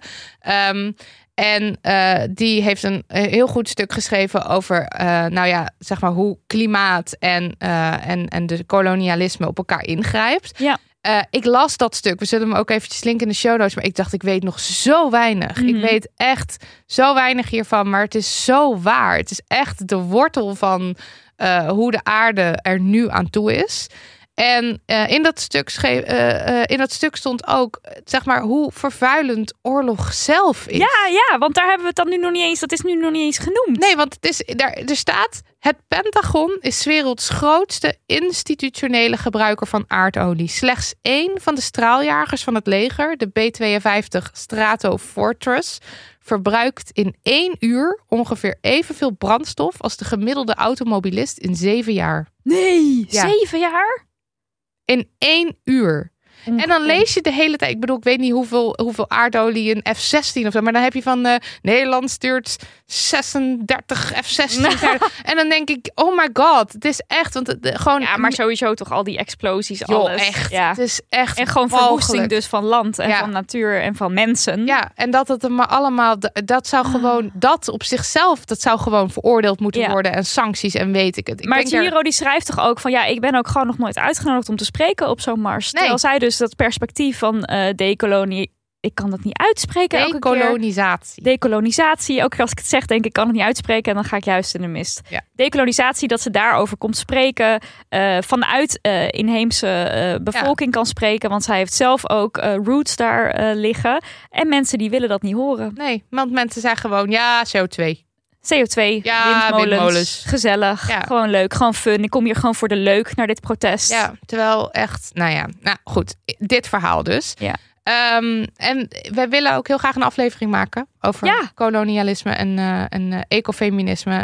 Die heeft een heel goed stuk geschreven over, zeg maar hoe klimaat en de kolonialisme op elkaar ingrijpt. Ja. Ik las dat stuk. We zullen hem ook eventjes linken in de show notes. Maar ik dacht, ik weet nog zo weinig. Mm-hmm. Ik weet echt zo weinig hiervan. Maar het is zo waar. Het is echt de wortel van hoe de aarde er nu aan toe is. En in dat stuk stond ook, zeg maar, hoe vervuilend oorlog zelf is. Ja, want daar hebben we het dan nu nog niet eens. Dat is nu nog niet eens genoemd. Nee, want er staat: het Pentagon is 's werelds grootste institutionele gebruiker van aardolie. Slechts 1 van de straaljagers van het leger, de B-52 Stratofortress, verbruikt in 1 uur ongeveer evenveel brandstof als de gemiddelde automobilist in 7 jaar. Nee, 7 jaar? In 1 uur. En dan lees je de hele tijd, ik bedoel, ik weet niet hoeveel aardolie een F-16 of zo, maar dan heb je van Nederland stuurt 36 F-16. En dan denk ik, oh my god, het is echt, want gewoon... Ja, maar sowieso toch al die explosies, alles. Echt. Ja. Het is echt en gewoon verwoesting dus van land en van natuur en van mensen. Ja, en dat het maar allemaal, dat zou gewoon, dat op zichzelf, dat zou gewoon veroordeeld moeten worden en sancties en weet ik het. Maar Chihiro die schrijft toch ook van, ik ben ook gewoon nog nooit uitgenodigd om te spreken op zo'n mars. Terwijl zij dus dat perspectief van ik kan dat niet uitspreken. Dekolonisatie. Ook als ik het zeg, denk ik kan het niet uitspreken. En dan ga ik juist in de mist. Ja. Dekolonisatie, dat ze daarover komt spreken. Vanuit inheemse bevolking kan spreken. Want zij heeft zelf ook roots daar liggen. En mensen die willen dat niet horen. Nee, want mensen zeggen gewoon, CO2. Windmolens. Gezellig. Ja. Gewoon leuk. Gewoon fun. Ik kom hier gewoon voor de leuk naar dit protest. Ja, terwijl echt, goed. Dit verhaal dus. Ja. En wij willen ook heel graag een aflevering maken over kolonialisme en ecofeminisme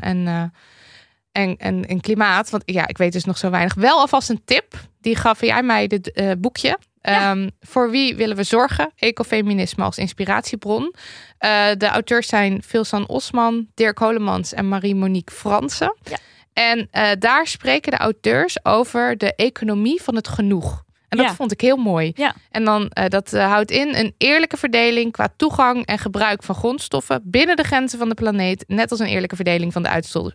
en klimaat. Want ik weet dus nog zo weinig. Wel alvast een tip. Die gaf jij mij dit boekje. Voor wie willen we zorgen? Ecofeminisme als inspiratiebron. De auteurs zijn Vilsan Osman, Dirk Holemans en Marie-Monique Fransen. Ja. En daar spreken de auteurs over de economie van het genoeg. En dat vond ik heel mooi. Ja. En dan dat houdt in een eerlijke verdeling qua toegang en gebruik van grondstoffen binnen de grenzen van de planeet. Net als een eerlijke verdeling van de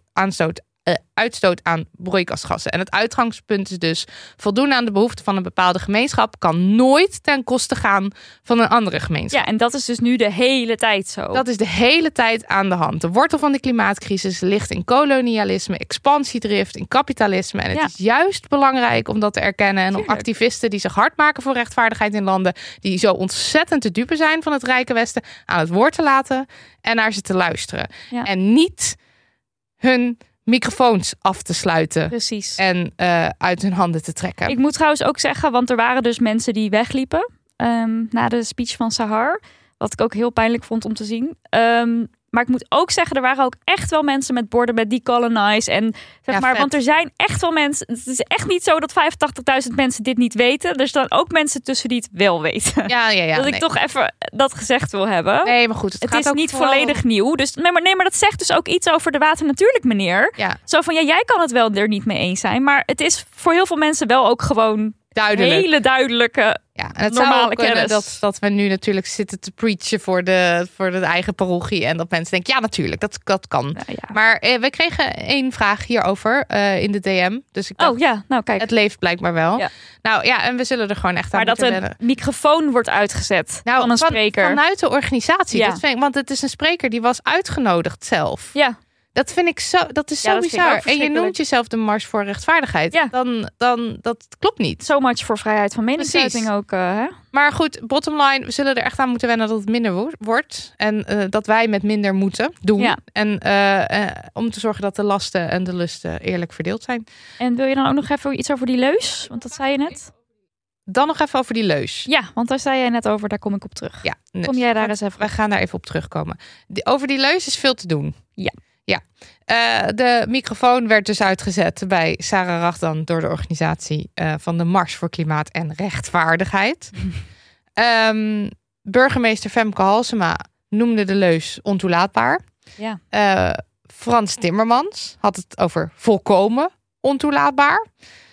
uitstoot aan broeikasgassen. En het uitgangspunt is dus voldoen aan de behoeften van een bepaalde gemeenschap kan nooit ten koste gaan van een andere gemeenschap. Ja, en dat is dus nu de hele tijd zo. Dat is de hele tijd aan de hand. De wortel van de klimaatcrisis ligt in kolonialisme, expansiedrift, in kapitalisme. En het is juist belangrijk om dat te erkennen en om activisten die zich hard maken voor rechtvaardigheid in landen die zo ontzettend te dupe zijn van het rijke Westen aan het woord te laten en naar ze te luisteren. Ja. En niet hun microfoons af te sluiten. Precies. En uit hun handen te trekken. Ik moet trouwens ook zeggen, want er waren dus mensen die wegliepen na de speech van Sahar. Wat ik ook heel pijnlijk vond om te zien. Maar ik moet ook zeggen, er waren ook echt wel mensen met borden met decolonize. En want er zijn echt wel mensen. Het is echt niet zo dat 85.000 mensen dit niet weten. Er staan ook mensen tussen die het wel weten. Ja, dat ik toch even dat gezegd wil hebben. Nee, maar goed. Het is niet volledig nieuw. Dus maar dat zegt dus ook iets over de water natuurlijk, meneer. Ja. Zo van, jij kan het wel er niet mee eens zijn. Maar het is voor heel veel mensen wel ook gewoon duidelijk. Hele duidelijke. Ja, en het zou ook kunnen dat we nu natuurlijk zitten te preachen voor de eigen parochie. En dat mensen denken, ja natuurlijk, dat kan. Ja. Maar we kregen 1 vraag hierover in de DM. Dus ik dacht, kijk. Het leeft blijkbaar wel. Ja. En we zullen er gewoon echt aan moeten wennen. Maar dat een microfoon wordt uitgezet van een spreker. Vanuit de organisatie. Ja. Want het is een spreker die was uitgenodigd zelf. Ja. Dat vind ik dat is zo bizar. En je noemt jezelf de Mars voor Rechtvaardigheid. Ja. Dan dat klopt niet. So much voor vrijheid van meningsuiting ook. Hè? Maar goed, bottom line, we zullen er echt aan moeten wennen dat het minder wordt. En dat wij met minder moeten doen. Ja. En om te zorgen dat de lasten en de lusten eerlijk verdeeld zijn. En wil je dan ook nog even iets over die leus? Want dat zei je net. Dan nog even over die leus. Ja, want daar zei jij net over, daar kom ik op terug. Ja, kom jij daar eens even. We gaan daar even op terugkomen. Over die leus is veel te doen. Ja. Ja, de microfoon werd dus uitgezet bij Sarah Rachdan door de organisatie van de Mars voor Klimaat en Rechtvaardigheid. Burgemeester Femke Halsema noemde de leus ontoelaatbaar. Ja. Frans Timmermans had het over volkomen ontoelaatbaar.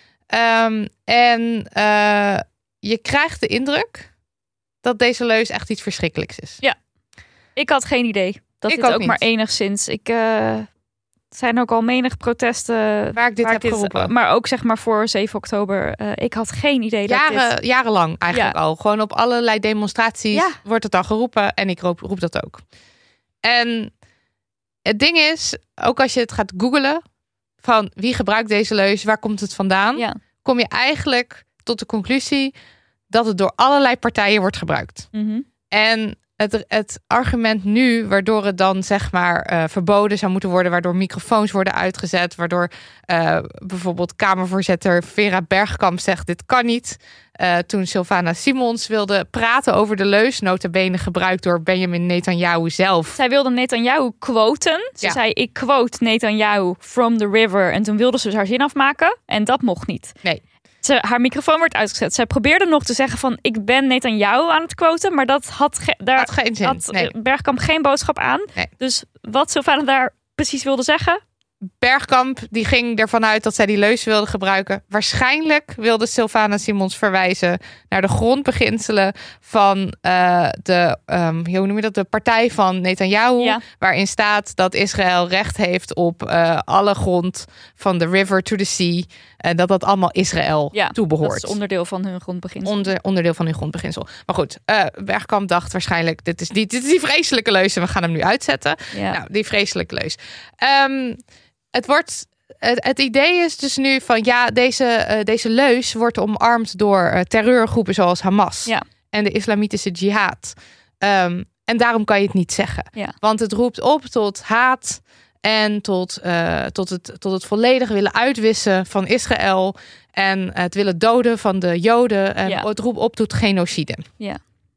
En je krijgt de indruk dat deze leus echt iets verschrikkelijks is. Ja, ik had geen idee. Dat ik dit ook maar enigszins. Er zijn ook al menig protesten waar ik dit heb geroepen. Maar ook zeg maar voor 7 oktober. Ik had geen idee jarenlang eigenlijk al. Gewoon op allerlei demonstraties wordt het al geroepen. En ik roep dat ook. En het ding is, ook als je het gaat googlen van wie gebruikt deze leus, waar komt het vandaan? Kom je eigenlijk tot de conclusie dat het door allerlei partijen wordt gebruikt. Mm-hmm. En het argument nu, waardoor het dan zeg maar verboden zou moeten worden, waardoor microfoons worden uitgezet, waardoor bijvoorbeeld Kamervoorzitter Vera Bergkamp zegt dit kan niet. Toen Sylvana Simons wilde praten over de leus, nota bene gebruikt door Benjamin Netanyahu zelf. Zij wilde Netanyahu quoten. Ze zei, ik quote Netanyahu from the river. En toen wilde ze haar zin afmaken. En dat mocht niet. Nee. Haar microfoon werd uitgezet. Zij probeerde nog te zeggen van, ik ben Netanyahu aan het quoten. Maar dat had geen zin. Bergkamp geen boodschap aan. Nee. Dus wat Sylvana daar precies wilde zeggen? Bergkamp die ging ervan uit dat zij die leus wilde gebruiken. Waarschijnlijk wilde Sylvana Simons verwijzen naar de grondbeginselen van de partij van Netanyahu. Ja. Waarin staat dat Israël recht heeft op alle grond van the river to the sea. dat allemaal Israël toebehoort. Dat is onderdeel van hun grondbeginsel. Onderdeel van hun grondbeginsel. Maar goed, Bergkamp dacht waarschijnlijk, dit is die vreselijke leus en we gaan hem nu uitzetten. Ja. Nou, die vreselijke leus. Het idee is dus nu van deze leus wordt omarmd door terreurgroepen zoals Hamas en de islamitische jihad. En daarom kan je het niet zeggen. Ja. Want het roept op tot haat en tot het volledig willen uitwissen van Israël en het willen doden van de Joden. En het roept op tot genocide. Ja.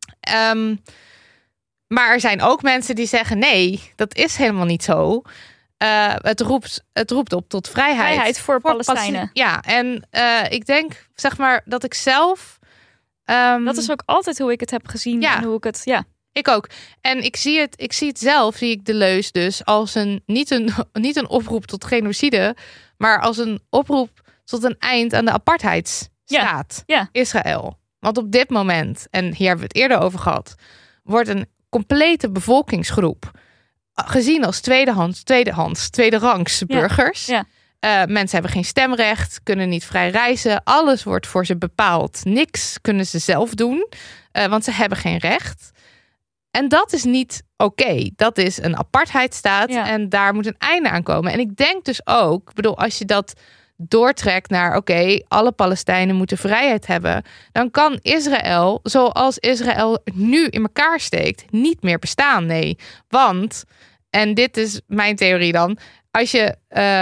Maar er zijn ook mensen die zeggen nee, dat is helemaal niet zo. Het roept op tot vrijheid. Vrijheid voor Palestijnen. Ja, en ik denk, zeg maar, dat ik zelf... dat is ook altijd hoe ik het heb gezien en hoe ik het... Ja. Ik ook. En ik zie het zelf, zie ik de leus dus als niet een oproep tot genocide, maar als een oproep tot een eind aan de apartheidsstaat Israël. Want op dit moment, en hier hebben we het eerder over gehad, wordt een complete bevolkingsgroep gezien als tweederangs burgers. Ja. Mensen hebben geen stemrecht, kunnen niet vrij reizen. Alles wordt voor ze bepaald. Niks kunnen ze zelf doen, want ze hebben geen recht. En dat is niet oké. Dat is een apartheidstaat en daar moet een einde aan komen. En ik denk dus ook, als je dat doortrekt naar alle Palestijnen moeten vrijheid hebben, dan kan Israël, zoals Israël nu in elkaar steekt, niet meer bestaan. Nee, want, en dit is mijn theorie dan, als je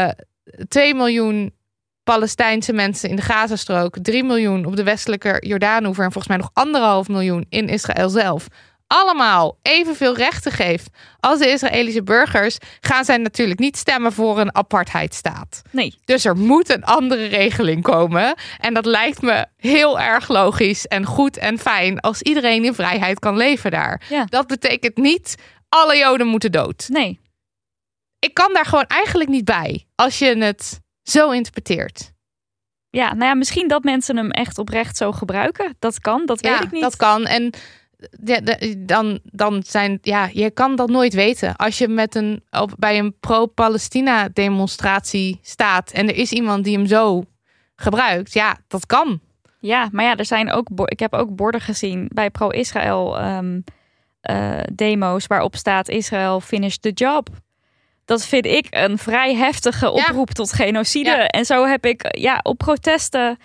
2 miljoen Palestijnse mensen in de Gazastrook, 3 miljoen op de westelijke Jordaanoever en volgens mij nog 1,5 miljoen in Israël zelf, allemaal evenveel rechten geeft als de Israëlische burgers, gaan zij natuurlijk niet stemmen voor een apartheidstaat. Nee. Dus er moet een andere regeling komen. En dat lijkt me heel erg logisch en goed en fijn als iedereen in vrijheid kan leven daar. Ja. Dat betekent niet alle Joden moeten dood. Nee. Ik kan daar gewoon eigenlijk niet bij als je het zo interpreteert. Ja, nou ja, misschien dat mensen hem echt oprecht zo gebruiken. Dat kan, dat weet ik niet. Dat kan. En dan zijn, je kan dat nooit weten. Als je bij een pro-Palestina demonstratie staat en er is iemand die hem zo gebruikt, dat kan. Ja, maar er zijn ook, ik heb ook borden gezien bij pro-Israël demo's waarop staat Israël finish the job. Dat vind ik een vrij heftige oproep tot genocide. Ja. En zo heb ik op protesten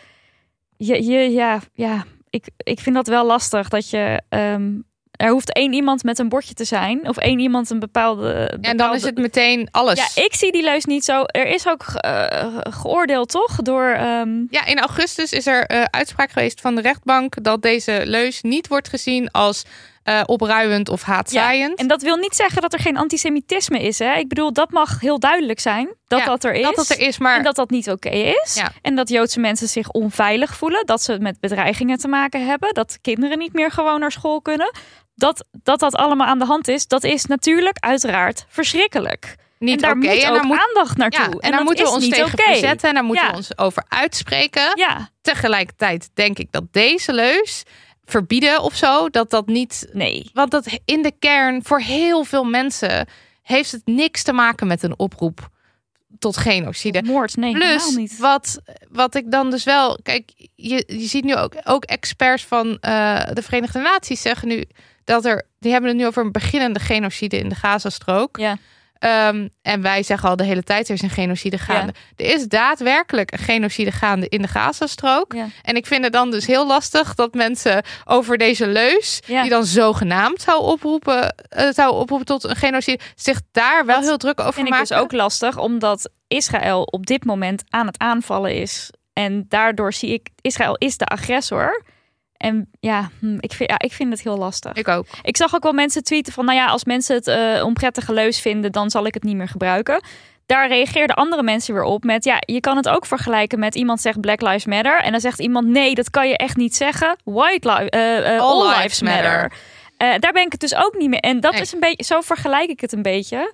Ik vind dat wel lastig dat je... er hoeft 1 iemand met een bordje te zijn. Of 1 iemand een bepaalde... En dan is het meteen alles. Ja, ik zie die leus niet zo. Er is ook geoordeeld, toch? Door... Ja, in augustus is er uitspraak geweest van de rechtbank dat deze leus niet wordt gezien als opruiend of haatzaaiend. Ja, en dat wil niet zeggen dat er geen antisemitisme is. Hè? Ik bedoel, dat mag heel duidelijk zijn. Dat er is. Dat er is, maar... En dat niet oké is. Ja. En dat Joodse mensen zich onveilig voelen. Dat ze met bedreigingen te maken hebben. Dat kinderen niet meer gewoon naar school kunnen. Dat allemaal aan de hand is. Dat is natuurlijk uiteraard verschrikkelijk. Niet en daar moet ook aandacht naartoe. Ja, en daar moeten we ons tegen verzetten. En daar moeten we ons over uitspreken. Ja. Tegelijkertijd denk ik dat deze leus verbieden of zo, dat niet... Nee. Want dat in de kern voor heel veel mensen heeft het niks te maken met een oproep tot genocide. Moord, nee, plus niet. Wat ik dan dus wel... Kijk, je ziet nu ook experts van de Verenigde Naties zeggen nu die hebben het nu over een beginnende genocide in de Gazastrook. Ja. En wij zeggen al de hele tijd, er is een genocide gaande. Ja. Er is daadwerkelijk een genocide gaande in de Gazastrook. Ja. En ik vind het dan dus heel lastig dat mensen over deze leus, die dan zogenaamd zou oproepen tot een genocide, zich daar wel heel druk over maken. En ik dus ook lastig, omdat Israël op dit moment aan het aanvallen is. En daardoor zie ik, Israël is de agressor. En ik vind het heel lastig. Ik ook. Ik zag ook wel mensen tweeten van, als mensen het onprettige leus vinden, dan zal ik het niet meer gebruiken. Daar reageerden andere mensen weer op met, je kan het ook vergelijken met iemand zegt Black Lives Matter. En dan zegt iemand, nee, dat kan je echt niet zeggen. All lives matter. Daar ben ik het dus ook niet mee. En dat is een beetje, zo vergelijk ik het een beetje.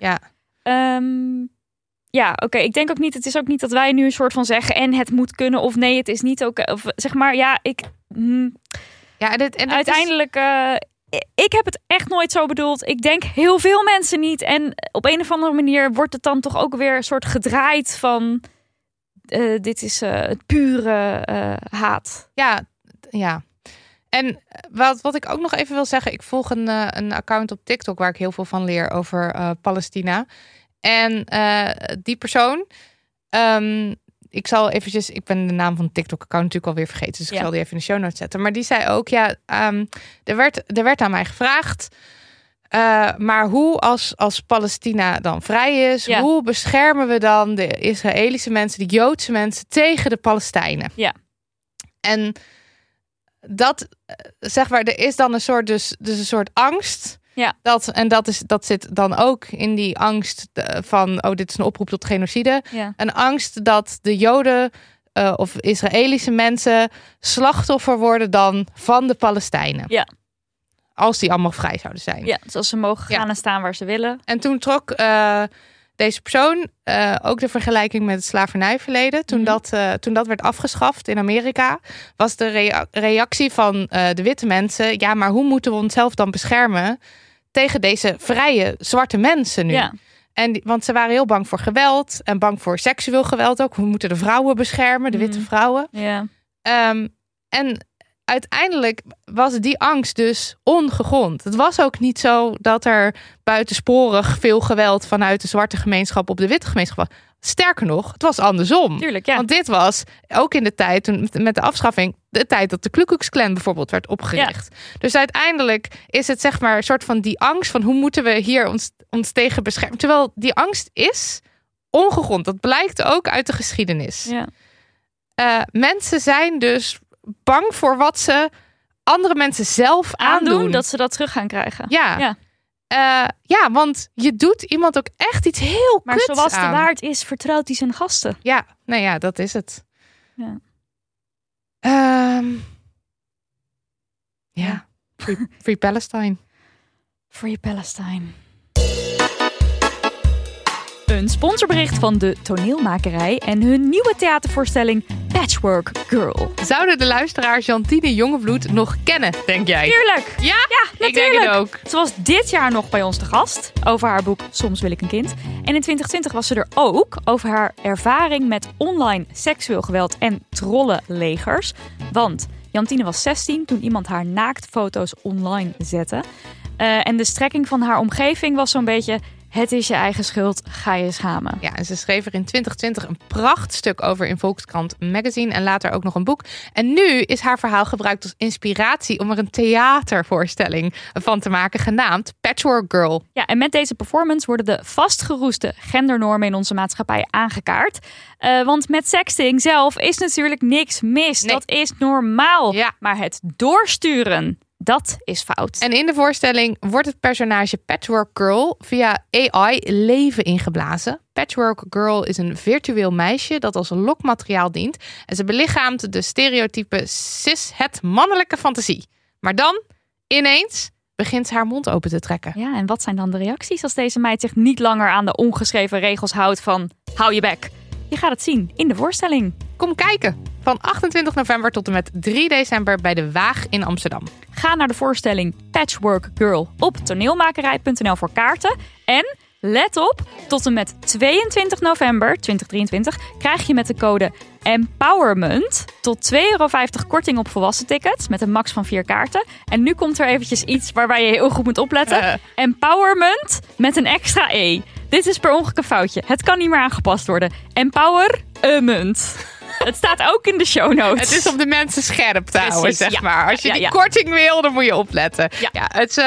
Ja. Oké. Ik denk ook niet, het is ook niet dat wij nu een soort van zeggen en het moet kunnen of nee, het is niet oké. Of zeg maar, uiteindelijk, ik heb het echt nooit zo bedoeld. Ik denk heel veel mensen niet. En op een of andere manier wordt het dan toch ook weer een soort gedraaid van dit is het pure haat. Ja. En wat ik ook nog even wil zeggen, ik volg een account op TikTok waar ik heel veel van leer over Palestina. En die persoon, ik ben de naam van de TikTok-account natuurlijk alweer vergeten, dus ik zal die even in de show notes zetten. Maar die zei ook, er werd aan mij gevraagd, maar hoe als Palestina dan vrij is, hoe beschermen we dan de Israëlische mensen, de Joodse mensen tegen de Palestijnen? Ja. En dat, zeg maar, er is dan een soort angst. Ja. Dat zit dan ook in die angst van, dit is een oproep tot genocide. Ja. Een angst dat de Joden of Israëlische mensen slachtoffer worden dan van de Palestijnen. Ja. Als die allemaal vrij zouden zijn. Ja, dus als ze mogen gaan en staan waar ze willen. En toen trok deze persoon ook de vergelijking met het slavernijverleden. Toen dat werd afgeschaft in Amerika, was de reactie van de witte mensen, ja, maar hoe moeten we onszelf dan beschermen tegen deze vrije zwarte mensen nu? Ja. Want ze waren heel bang voor geweld en bang voor seksueel geweld ook. We moeten de vrouwen beschermen, de witte vrouwen. Ja. En uiteindelijk was die angst dus ongegrond. Het was ook niet zo dat er buitensporig veel geweld vanuit de zwarte gemeenschap op de witte gemeenschap was. Sterker nog, het was andersom. Tuurlijk, ja. Want dit was ook in de tijd, toen met de afschaffing, de tijd dat de Ku Klux Klan bijvoorbeeld werd opgericht. Ja. Dus uiteindelijk is het, zeg maar, een soort van die angst van hoe moeten we hier ons tegen beschermen. Terwijl die angst is ongegrond. Dat blijkt ook uit de geschiedenis. Ja. Mensen zijn dus bang voor wat ze andere mensen zelf aandoen. Dat ze dat terug gaan krijgen. Ja, want je doet iemand ook echt iets heel maar kuts zoals aan. de waard is, vertrouwt hij zijn gasten. Ja, nou ja, dat is het. Ja. Free Palestine. Free Palestine. Een sponsorbericht van de Toneelmakerij en hun nieuwe theatervoorstelling Patchwork Girl. Zouden de luisteraars Jantine Jongebloed nog kennen, denk jij? Tuurlijk! Ja, natuurlijk. Ik denk het ook. Ze was dit jaar nog bij ons te gast over haar boek Soms wil ik een kind. En in 2020 was ze er ook over haar ervaring met online seksueel geweld en trollenlegers. Want Jantine was 16 toen iemand haar naaktfoto's online zette. En de strekking van haar omgeving was zo'n beetje: het is je eigen schuld, ga je schamen. Ja, en ze schreef er in 2020 een prachtstuk over in Volkskrant Magazine en later ook nog een boek. En nu is haar verhaal gebruikt als inspiratie om er een theatervoorstelling van te maken, genaamd Patchwork Girl. Ja, en met deze performance worden de vastgeroeste gendernormen in onze maatschappij aangekaart. Want met sexting zelf is natuurlijk niks mis. Nee. Dat is normaal. Ja. Maar het doorsturen, dat is fout. En in de voorstelling wordt het personage Patchwork Girl via AI leven ingeblazen. Patchwork Girl is een virtueel meisje dat als lokmateriaal dient. En ze belichaamt de stereotype cis-het mannelijke fantasie. Maar dan, ineens, begint ze haar mond open te trekken. Ja, en wat zijn dan de reacties als deze meid zich niet langer aan de ongeschreven regels houdt van hou je bek? Je gaat het zien in de voorstelling. Kom kijken. Van 28 november tot en met 3 december bij de Waag in Amsterdam. Ga naar de voorstelling Patchwork Girl op toneelmakerij.nl voor kaarten. En let op, tot en met 22 november 2023 krijg je met de code EMPOWERMENT tot €2,50 korting op volwassen tickets met een max van 4 kaarten. En nu komt er eventjes iets waarbij je heel goed moet opletten. Empowerment met een extra E. Dit is per ongeluk een foutje. Het kan niet meer aangepast worden. Empowerment. Het staat ook in de show notes. Het is om de mensen scherp te houden, zeg maar. Als je die korting wil, dan moet je opletten. Ja, het is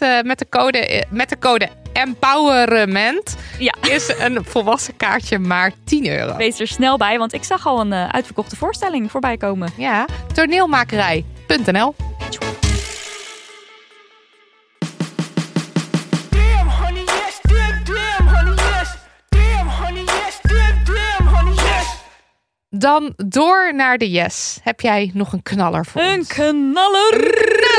met de code Empowerment is een volwassen kaartje maar €10. Wees er snel bij, want ik zag al een uitverkochte voorstelling voorbij komen. Ja, toneelmakerij.nl. Dan door naar de yes. Heb jij nog een knaller voor ons? Een knaller!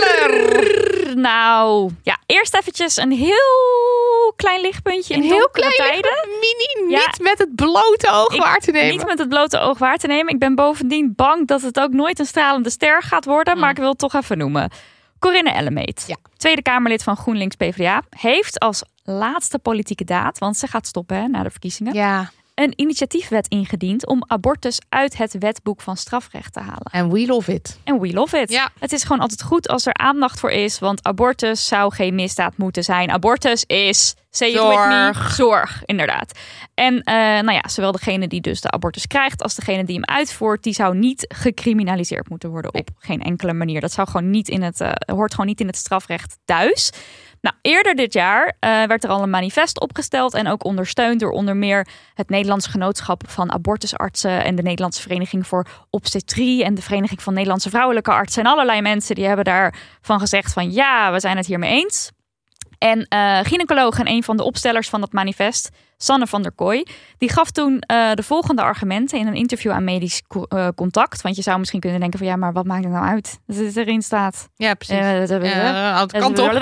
Nou, ja, eerst eventjes een heel klein lichtpuntje. Een heel klein tijden. Mini, niet met het blote oog waar te nemen. Niet met het blote oog waar te nemen. Ik ben bovendien bang dat het ook nooit een stralende ster gaat worden. Maar ik wil het toch even noemen. Corinne Ellemeet, Tweede Kamerlid van GroenLinks PvdA, heeft als laatste politieke daad, want ze gaat stoppen na de verkiezingen, een initiatiefwet ingediend om abortus uit het wetboek van strafrecht te halen. En we love it. Ja. Het is gewoon altijd goed als er aandacht voor is, want abortus zou geen misdaad moeten zijn. Abortus is, say it with me, zorg, inderdaad. En zowel degene die dus de abortus krijgt als degene die hem uitvoert, die zou niet gecriminaliseerd moeten worden op geen enkele manier. Dat zou gewoon niet hoort gewoon niet in het strafrecht thuis. Nou, eerder dit jaar werd er al een manifest opgesteld en ook ondersteund door onder meer het Nederlands Genootschap van Abortusartsen en de Nederlandse Vereniging voor Obstetrie en de Vereniging van Nederlandse Vrouwelijke Artsen. En allerlei mensen die hebben daarvan gezegd van ja, we zijn het hiermee eens. En gynaecoloog en een van de opstellers van dat manifest, Sanne van der Kooi, die gaf toen de volgende argumenten in een interview aan Medisch Contact. Want je zou misschien kunnen denken van ja, maar wat maakt het nou uit dat het erin staat? Ja, precies. Het kan toch?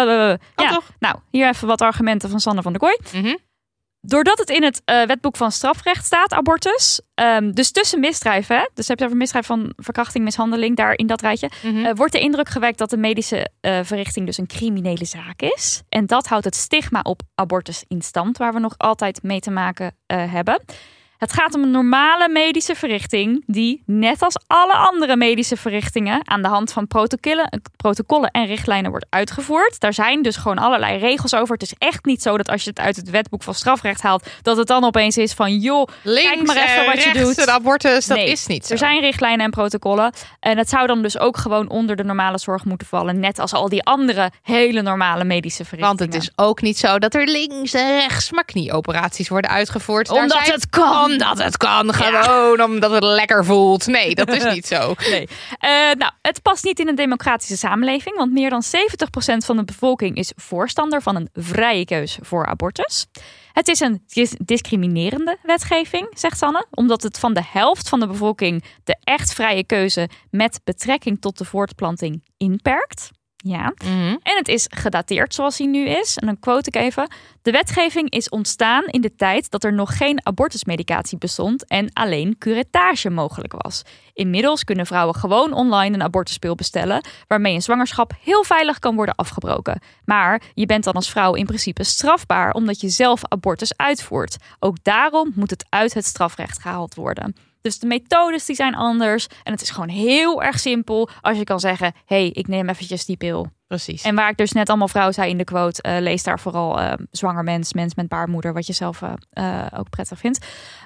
Nou, hier even wat argumenten van Sanne van der Kooi. Mm-hmm. Doordat het in het wetboek van strafrecht staat, abortus, dus tussen misdrijven, hè? Dus heb je over misdrijf van verkrachting, mishandeling, daar in dat rijtje, wordt de indruk gewekt dat de medische verrichting dus een criminele zaak is. En dat houdt het stigma op abortus in stand, waar we nog altijd mee te maken hebben. Het gaat om een normale medische verrichting die, net als alle andere medische verrichtingen, aan de hand van protocollen en richtlijnen wordt uitgevoerd. Daar zijn dus gewoon allerlei regels over. Het is echt niet zo dat als je het uit het wetboek van strafrecht haalt, dat het dan opeens is van joh, kijk maar even wat je doet. Het abortus, dat is niet zo. Er zijn richtlijnen en protocollen. En het zou dan dus ook gewoon onder de normale zorg moeten vallen. Net als al die andere hele normale medische verrichtingen. Want het is ook niet zo dat er links en rechts maar knieoperaties worden uitgevoerd. Omdat het kan. Omdat het kan, gewoon omdat het lekker voelt. Nee, dat is niet zo. Nee. Het past niet in een democratische samenleving, want meer dan 70% van de bevolking is voorstander van een vrije keus voor abortus. Het is een discriminerende wetgeving, zegt Sanne, omdat het van de helft van de bevolking de echt vrije keuze met betrekking tot de voortplanting inperkt. Ja, En het is gedateerd zoals hij nu is. En dan quote ik even. De wetgeving is ontstaan in de tijd dat er nog geen abortusmedicatie bestond en alleen curettage mogelijk was. Inmiddels kunnen vrouwen gewoon online een abortuspil bestellen, waarmee een zwangerschap heel veilig kan worden afgebroken. Maar je bent dan als vrouw in principe strafbaar omdat je zelf abortus uitvoert. Ook daarom moet het uit het strafrecht gehaald worden. Dus de methodes die zijn anders. En het is gewoon heel erg simpel als je kan zeggen, hey, ik neem eventjes die pil. Precies. En waar ik dus net allemaal vrouw zei in de quote, lees daar vooral zwanger mens met baarmoeder, wat je zelf ook prettig vindt.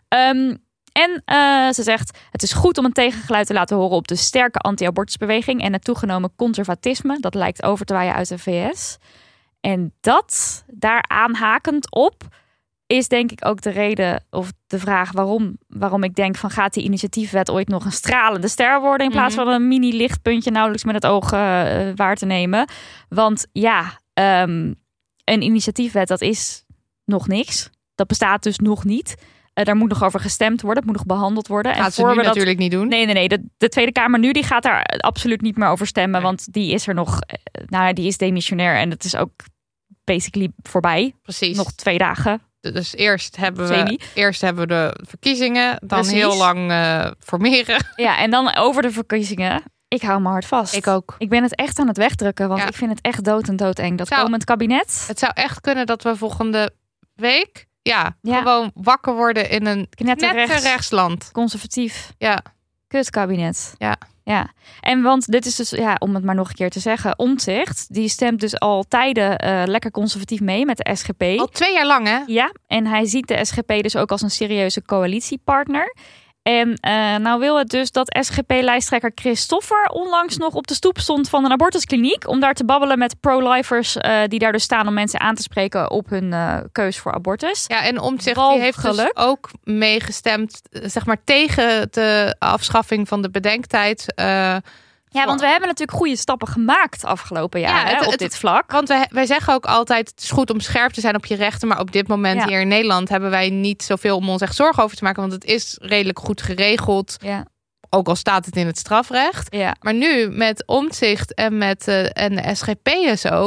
Ze zegt, het is goed om een tegengeluid te laten horen op de sterke anti-abortusbeweging en het toegenomen conservatisme. Dat lijkt over te waaien uit de VS. En dat, daar aanhakend op, is denk ik ook de reden of de vraag waarom ik denk van gaat die initiatiefwet ooit nog een stralende ster worden in plaats van een mini lichtpuntje nauwelijks met het oog waar te nemen. Want ja, een initiatiefwet dat is nog niks. Dat bestaat dus nog niet. Daar moet nog over gestemd worden. Het moet nog behandeld worden. Gaat ze nu natuurlijk niet doen? Nee. De Tweede Kamer nu die gaat daar absoluut niet meer over stemmen. Nee. Want die is er nog. Die is demissionair en het is ook basically voorbij. Precies. Nog 2 dagen. Dus eerst hebben we de verkiezingen. Dan Precies. Heel lang formeren. Ja, en dan over de verkiezingen. Ik hou me hard vast. Ik ook. Ik ben het echt aan het wegdrukken. Want ik vind het echt doodeng. Dat komend kabinet. Het zou echt kunnen dat we volgende week gewoon wakker worden in een knetterrechtsland. Conservatief. Ja. Kutkabinet. Ja. En want dit is dus, om het maar nog een keer te zeggen, Omtzigt, die stemt dus al tijden lekker conservatief mee met de SGP. Al 2 jaar lang, hè? Ja, en hij ziet de SGP dus ook als een serieuze coalitiepartner. En nou wil het dus dat SGP-lijsttrekker Christoffer onlangs nog op de stoep stond van een abortuskliniek om daar te babbelen met pro-lifers die daar dus staan om mensen aan te spreken op hun keus voor abortus. Ja, en Omtzigt die heeft dus ook meegestemd, zeg maar, tegen de afschaffing van de bedenktijd. Ja, want we hebben natuurlijk goede stappen gemaakt afgelopen jaar op dit vlak. Want wij zeggen ook altijd, het is goed om scherp te zijn op je rechten. Maar op dit moment hier in Nederland hebben wij niet zoveel om ons echt zorgen over te maken. Want het is redelijk goed geregeld. Ja. Ook al staat het in het strafrecht. Ja. Maar nu met Omtzigt en met de SGP en zo,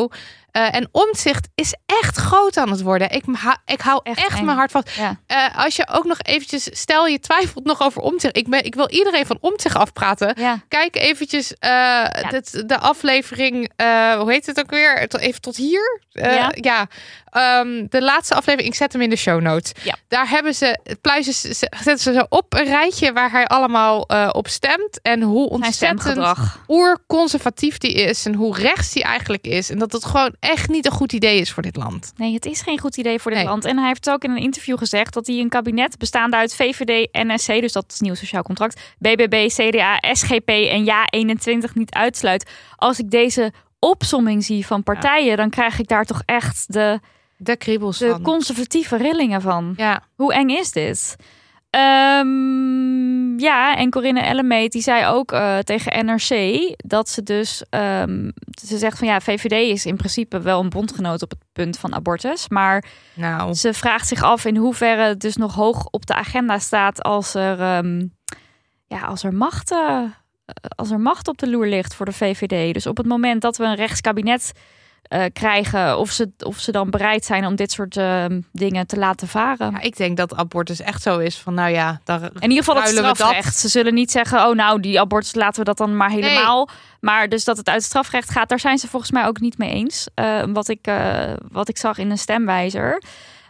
En Omtzigt is echt groot aan het worden. Ik hou echt mijn hart vast. Ja. Als je ook nog eventjes, stel je twijfelt nog over Omtzigt. Ik wil iedereen van Omtzigt afpraten. Ja. Kijk eventjes de aflevering, hoe heet het ook weer? Even tot hier. De laatste aflevering, ik zet hem in de show notes. Ja. Daar hebben zetten ze zo op een rijtje waar hij allemaal op stemt. En hoe ontzettend oerconservatief die is. En hoe rechts die eigenlijk is. En dat het gewoon echt niet een goed idee is voor dit land. Nee, het is geen goed idee voor dit land. En hij heeft ook in een interview gezegd dat hij een kabinet bestaande uit VVD, NSC, dus dat is nieuw sociaal contract, BBB, CDA, SGP en Ja21 niet uitsluit. Als ik deze opsomming zie van partijen, dan krijg ik daar toch echt de kriebels de van. Conservatieve rillingen van. Ja. Hoe eng is dit? En Corinne Ellemeet die zei ook tegen NRC dat ze dus ze zegt van VVD is in principe wel een bondgenoot op het punt van abortus, maar ze vraagt zich af in hoeverre het dus nog hoog op de agenda staat als er macht op de loer ligt voor de VVD. Dus op het moment dat we een rechtskabinet krijgen, of ze dan bereid zijn om dit soort dingen te laten varen. Ja, ik denk dat abortus echt zo is van daar in ieder geval het strafrecht. Ze zullen niet zeggen, die abortus laten we dat dan maar helemaal. Nee. Maar dus dat het uit het strafrecht gaat, daar zijn ze volgens mij ook niet mee eens. Wat ik zag in een stemwijzer.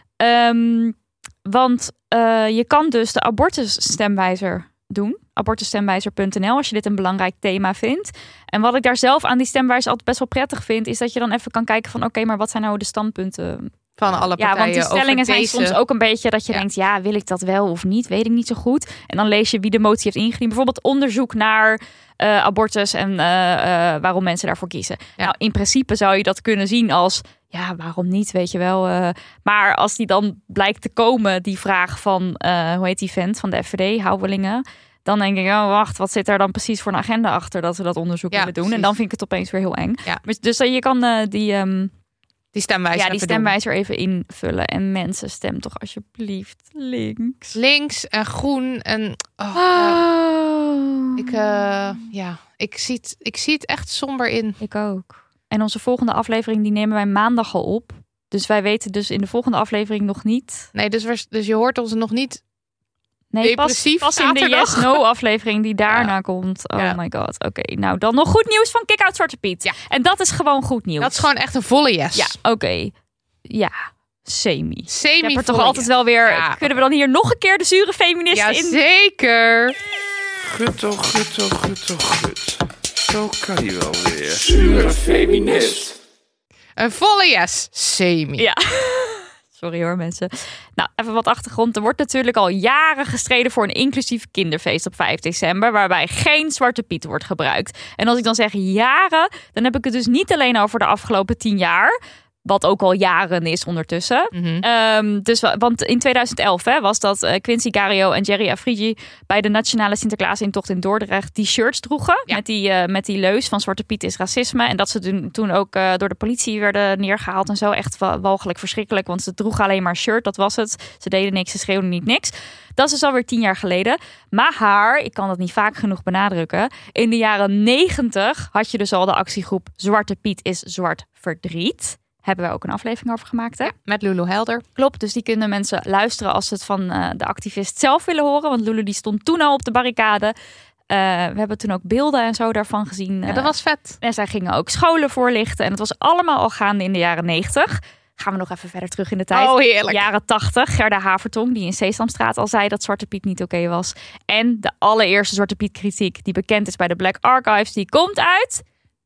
Want je kan dus de abortusstemwijzer doen. Abortusstemwijzer.nl als je dit een belangrijk thema vindt. En wat ik daar zelf aan die stemwijzer altijd best wel prettig vind, is dat je dan even kan kijken van oké, maar wat zijn nou de standpunten van alle partijen? Ja, want die stellingen zijn soms ook een beetje dat je denkt, wil ik dat wel of niet? Weet ik niet zo goed. En dan lees je wie de motie heeft ingediend. Bijvoorbeeld onderzoek naar abortus en waarom mensen daarvoor kiezen. Ja. Nou, in principe zou je dat kunnen zien als waarom niet, weet je wel. Maar als die dan blijkt te komen, die vraag van, hoe heet die vent van de FVD, Houwelingen, dan denk ik, wacht, wat zit daar dan precies voor een agenda achter dat we dat onderzoek willen doen? Precies. En dan vind ik het opeens weer heel eng. Ja. Dus je kan die stemwijzer even invullen. En mensen, stem toch alsjeblieft links. Links en groen en... Ik zie het echt somber in. Ik ook. En onze volgende aflevering, die nemen wij maandag al op. Dus wij weten dus in de volgende aflevering nog niet. Nee, dus je hoort ons nog niet. Nee, pas in de Yes-No-aflevering die daarna komt. Oh my god. Oké, nou dan nog goed nieuws van Kick-Out Zwarte Piet. Ja. En dat is gewoon goed nieuws. Dat is gewoon echt een volle yes. Ja, oké. Ja, semi. Ik heb er toch altijd wel weer... Ja. Kunnen we dan hier nog een keer de zure feministen in? Jazeker. Gut. Zo kan hij wel weer. Zure feminist. Een volle yes. Semi. Ja. Sorry hoor mensen. Nou, even wat achtergrond. Er wordt natuurlijk al jaren gestreden voor een inclusief kinderfeest op 5 december... waarbij geen Zwarte Piet wordt gebruikt. En als ik dan zeg jaren, dan heb ik het dus niet alleen over de afgelopen 10 jaar... wat ook al jaren is ondertussen. Mm-hmm. Want in 2011 was dat Quincy Gario en Jerry Afrigi... bij de Nationale Sinterklaasintocht in Dordrecht die shirts droegen. Ja. Met die leus van Zwarte Piet is racisme. En dat ze toen ook door de politie werden neergehaald en zo. Echt walgelijk verschrikkelijk, want ze droegen alleen maar shirt. Dat was het. Ze deden niks, ze schreeuwden niet niks. Dat is dus alweer 10 jaar geleden. Maar ik kan dat niet vaak genoeg benadrukken. In de jaren 90 had je dus al de actiegroep Zwarte Piet is zwart verdriet... Hebben we ook een aflevering over gemaakt, hè? Ja, met Lulu Helder. Klopt, dus die kunnen mensen luisteren als ze het van de activist zelf willen horen. Want Lulu die stond toen al op de barricade. We hebben toen ook beelden en zo daarvan gezien. Ja, dat was vet. En zij gingen ook scholen voorlichten. En het was allemaal al gaande in de jaren 90. Gaan we nog even verder terug in de tijd. Oh, heerlijk. Jaren 80. Gerda Havertong, die in Sesamstraat al zei dat Zwarte Piet niet oké was. En de allereerste Zwarte Piet kritiek die bekend is bij de Black Archives, die komt uit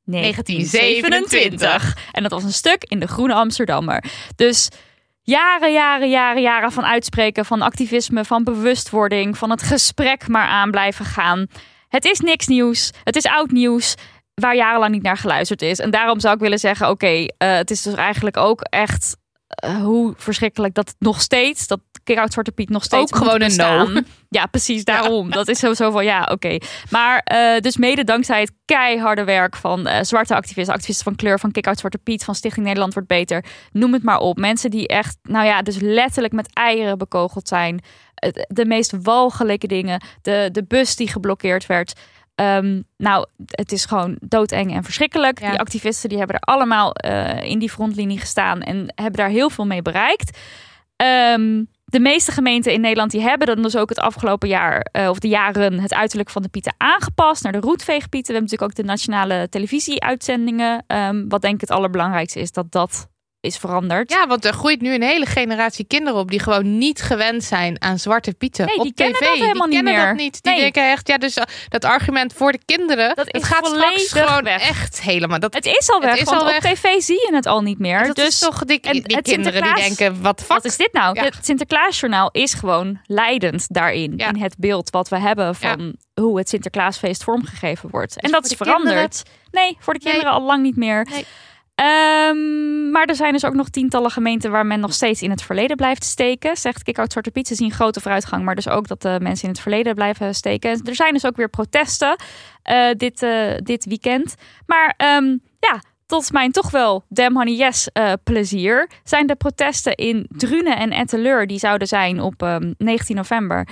1927. En dat was een stuk in de Groene Amsterdammer. Dus jaren van uitspreken, van activisme, van bewustwording, van het gesprek maar aan blijven gaan. Het is niks nieuws. Het is oud nieuws waar jarenlang niet naar geluisterd is. En daarom zou ik willen zeggen, het is dus eigenlijk ook echt hoe verschrikkelijk dat het nog steeds, dat Kick-Out Zwarte Piet nog steeds ook gewoon een no. Ja, precies daarom. Ja. Dat is sowieso van oké. Maar dus mede dankzij het keiharde werk van zwarte activisten van kleur, van Kick-Out Zwarte Piet, van Stichting Nederland Wordt Beter. Noem het maar op. Mensen die echt, dus letterlijk met eieren bekogeld zijn. De meest walgelijke dingen. De bus die geblokkeerd werd. Het is gewoon doodeng en verschrikkelijk. Ja. Die activisten die hebben er allemaal in die frontlinie gestaan en hebben daar heel veel mee bereikt. De meeste gemeenten in Nederland die hebben dan dus ook het afgelopen jaar of de jaren het uiterlijk van de pieten aangepast naar de roetveegpieten. We hebben natuurlijk ook de nationale televisieuitzendingen. Wat denk ik het allerbelangrijkste is dat is veranderd. Ja, want er groeit nu een hele generatie kinderen op die gewoon niet gewend zijn aan zwarte pieten Nee, op die tv. kennen dat helemaal die niet kennen meer. dat niet. Die denken echt, dus dat argument voor de kinderen, Dat het is gaat straks volledig gewoon weg. echt helemaal. Het is al weg, Het is want al weg. op tv zie je het al niet meer. Dat dus is toch die en kinderen het die Sinterklaas- denken, wat de fuck? Wat is dit nou? Ja. Het Sinterklaasjournaal is gewoon leidend daarin. Ja. In het beeld wat we hebben van hoe het Sinterklaasfeest vormgegeven wordt. En dat voor is de veranderd. Nee, voor de kinderen al lang niet meer. Nee. Maar er zijn dus ook nog tientallen gemeenten waar men nog steeds in het verleden blijft steken. Zegt Kick Out Zwarte Piet. Ze zien grote vooruitgang, maar dus ook dat de mensen in het verleden blijven steken. En er zijn dus ook weer protesten dit weekend. Maar tot mijn toch wel Damn Honey Yes plezier zijn de protesten in Drunen en Etteleur, die zouden zijn op 19 november.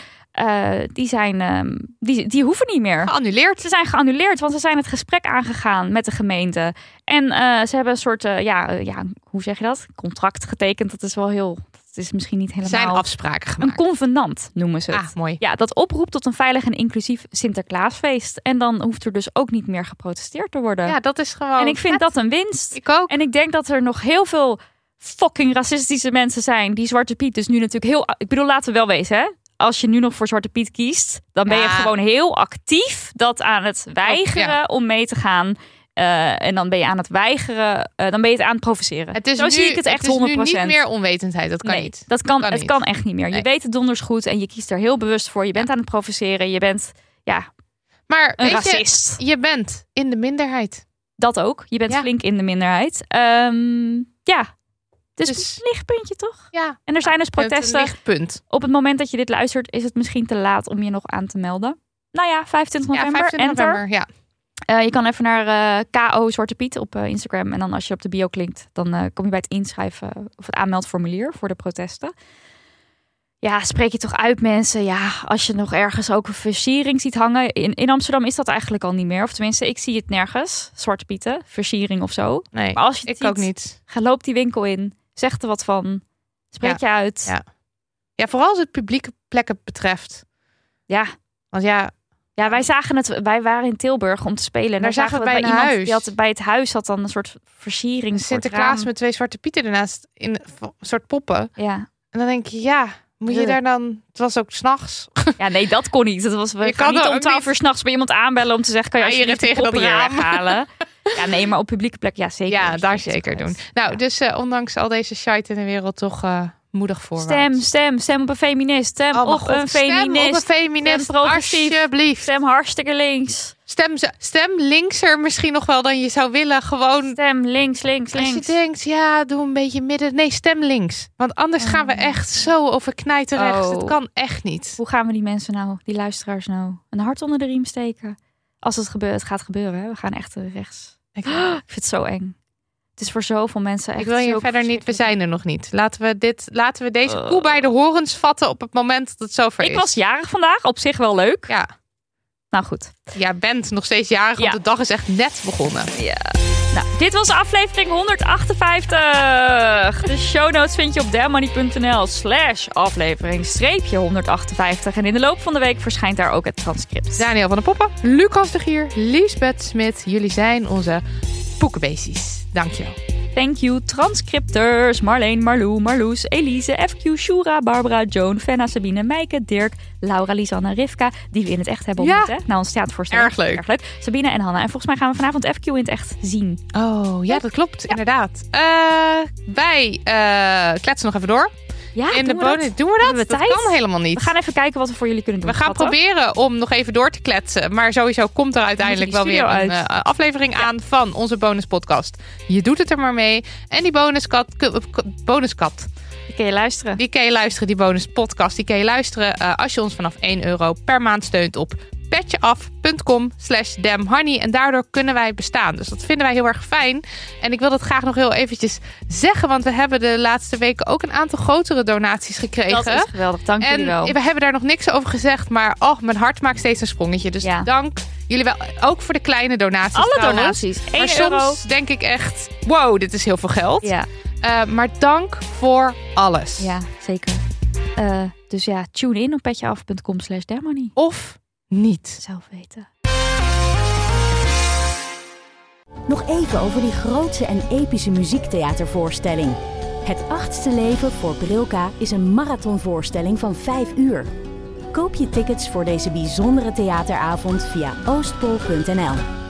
Die hoeven niet meer. Geannuleerd. Ze zijn geannuleerd, want ze zijn het gesprek aangegaan met de gemeente. En ze hebben een soort, hoe zeg je dat? Contract getekend. Dat is wel heel, dat is misschien niet helemaal. Er zijn afspraken Een gemaakt. convenant noemen ze het. Ah, mooi. Ja, dat oproept tot een veilig en inclusief Sinterklaasfeest. En dan hoeft er dus ook niet meer geprotesteerd te worden. Ja, dat is gewoon. En ik vind vet. dat een winst. Ik ook. En ik denk dat er nog heel veel fucking racistische mensen zijn die Zwarte Piet dus nu natuurlijk heel... Ik bedoel, laten we wel wezen, hè? Als je nu nog voor Zwarte Piet kiest, dan ben je gewoon heel actief dat aan het weigeren om mee te gaan. En dan ben je aan het weigeren, dan ben je het aan het provoceren. Zo zie ik het echt 100%. Het is nu niet meer onwetendheid, dat kan niet. Het kan echt niet meer. Nee. Je weet het donders goed en je kiest er heel bewust voor. Je bent aan het provoceren, je bent Maar een weet racist. je bent in de minderheid. Dat ook. Je bent flink in de minderheid. Dus een lichtpuntje toch? Ja. En er zijn dus Het is protesten. een lichtpunt. Op het moment dat je dit luistert, is het misschien te laat om je nog aan te melden. Nou ja, 25 november. 25 november, ja. Je kan even naar KO Zwarte Piet op Instagram. En dan als je op de bio klinkt, dan kom je bij het inschrijven of het aanmeldformulier voor de protesten. Ja, spreek je toch uit, mensen. Ja, als je nog ergens ook een versiering ziet hangen. In Amsterdam is dat eigenlijk al niet meer. Of tenminste, ik zie het nergens. Zwarte Pieten, versiering of zo. Nee, maar als je het ik ziet, ook niet. Ga loop die winkel in. Zeg er wat van. Spreek je uit. Ja, vooral als het publieke plekken betreft. Ja. Want Ja, wij waren in Tilburg om te spelen. En daar zagen we bij een iemand. huis. Die had bij het huis had dan een soort versiering. Sinterklaas met 2 zwarte pieten ernaast in een soort poppen. Ja. En dan denk je, moet je daar dan... Het was ook 's nachts. Ja, nee, dat kon niet. Dat was, we gaan niet om 12 uur 's nachts bij iemand aanbellen om te zeggen, kan je alsjeblieft tegen dat raam halen? Ja, nee, maar op publieke plek, ja, zeker. Ja, daar zeker doen. Nou, dus ondanks al deze shite in de wereld toch moedig voorwaarts. Stem op een feminist. Stem op een feminist. Stem progressief. Alsjeblieft. Stem hartstikke links. Stem linkser misschien nog wel dan je zou willen. Gewoon. Stem links. Als je denkt, doe een beetje midden. Nee, stem links. Want anders gaan we echt zo over knijten rechts. Het kan echt niet. Hoe gaan we die mensen nou, die luisteraars nou, een hart onder de riem steken? Als het gebeurt, het gaat gebeuren. Hè? We gaan echt rechts. Ik vind het zo eng. Het is voor zoveel mensen echt. Ik wil je verder niet. We zijn er nog niet. Laten we deze koe bij de horens vatten op het moment dat het zover is. Ik was jarig vandaag. Op zich wel leuk. Ja. Nou goed. Ja, bent nog steeds jarig, want de dag is echt net begonnen. Ja. Nou, dit was aflevering 158. De show notes vind je op damnmoney.nl/aflevering-158. En in de loop van de week verschijnt daar ook het transcript. Daniel van der Poppen, Lucas de Gier, Liesbeth Smit. Jullie zijn onze poekenbeesties. Dankjewel. Thank you, transcripteurs. Marleen, Marlou, Marloes, Elise, FQ, Shura, Barbara, Joan, Fenna, Sabine, Meike, Dirk, Laura, Lisanne, Rivka. Die we in het echt hebben ontmoet, hè? Nou, ons theatervoorstelling. Erg leuk. Sabine en Hanna. En volgens mij gaan we vanavond FQ in het echt zien. Oh, ja, dat klopt. Inderdaad. Wij kletsen nog even door. Ja, in de bonus. Doen we dat? Dat kan helemaal niet. We gaan even kijken wat we voor jullie kunnen doen. We gaan proberen om nog even door te kletsen. Maar sowieso komt er uiteindelijk wel weer een aflevering aan van onze bonuspodcast. Je doet het er maar mee. En die bonuskat. Die kun je luisteren. Die bonuspodcast. Die kun je luisteren als je ons vanaf €1 per maand steunt op petjeaf.com/damnhoney. En daardoor kunnen wij bestaan. Dus dat vinden wij heel erg fijn. En ik wil dat graag nog heel eventjes zeggen. Want we hebben de laatste weken ook een aantal grotere donaties gekregen. Dat is geweldig. Dank jullie wel. We hebben daar nog niks over gezegd. Maar mijn hart maakt steeds een sprongetje. Dus dank Jullie wel, ook voor de kleine donaties. Alle trouwens. donaties. Maar €1. soms denk ik echt, wow, dit is heel veel geld. Ja. Maar dank voor alles. Ja, zeker. Dus ja, tune in op petjeaf.com/dermoney. Of niet. Zelf weten. Nog even over die grootse en epische muziektheatervoorstelling. Het 8e leven voor Brilka is een marathonvoorstelling van 5 uur. Koop je tickets voor deze bijzondere theateravond via oostpol.nl.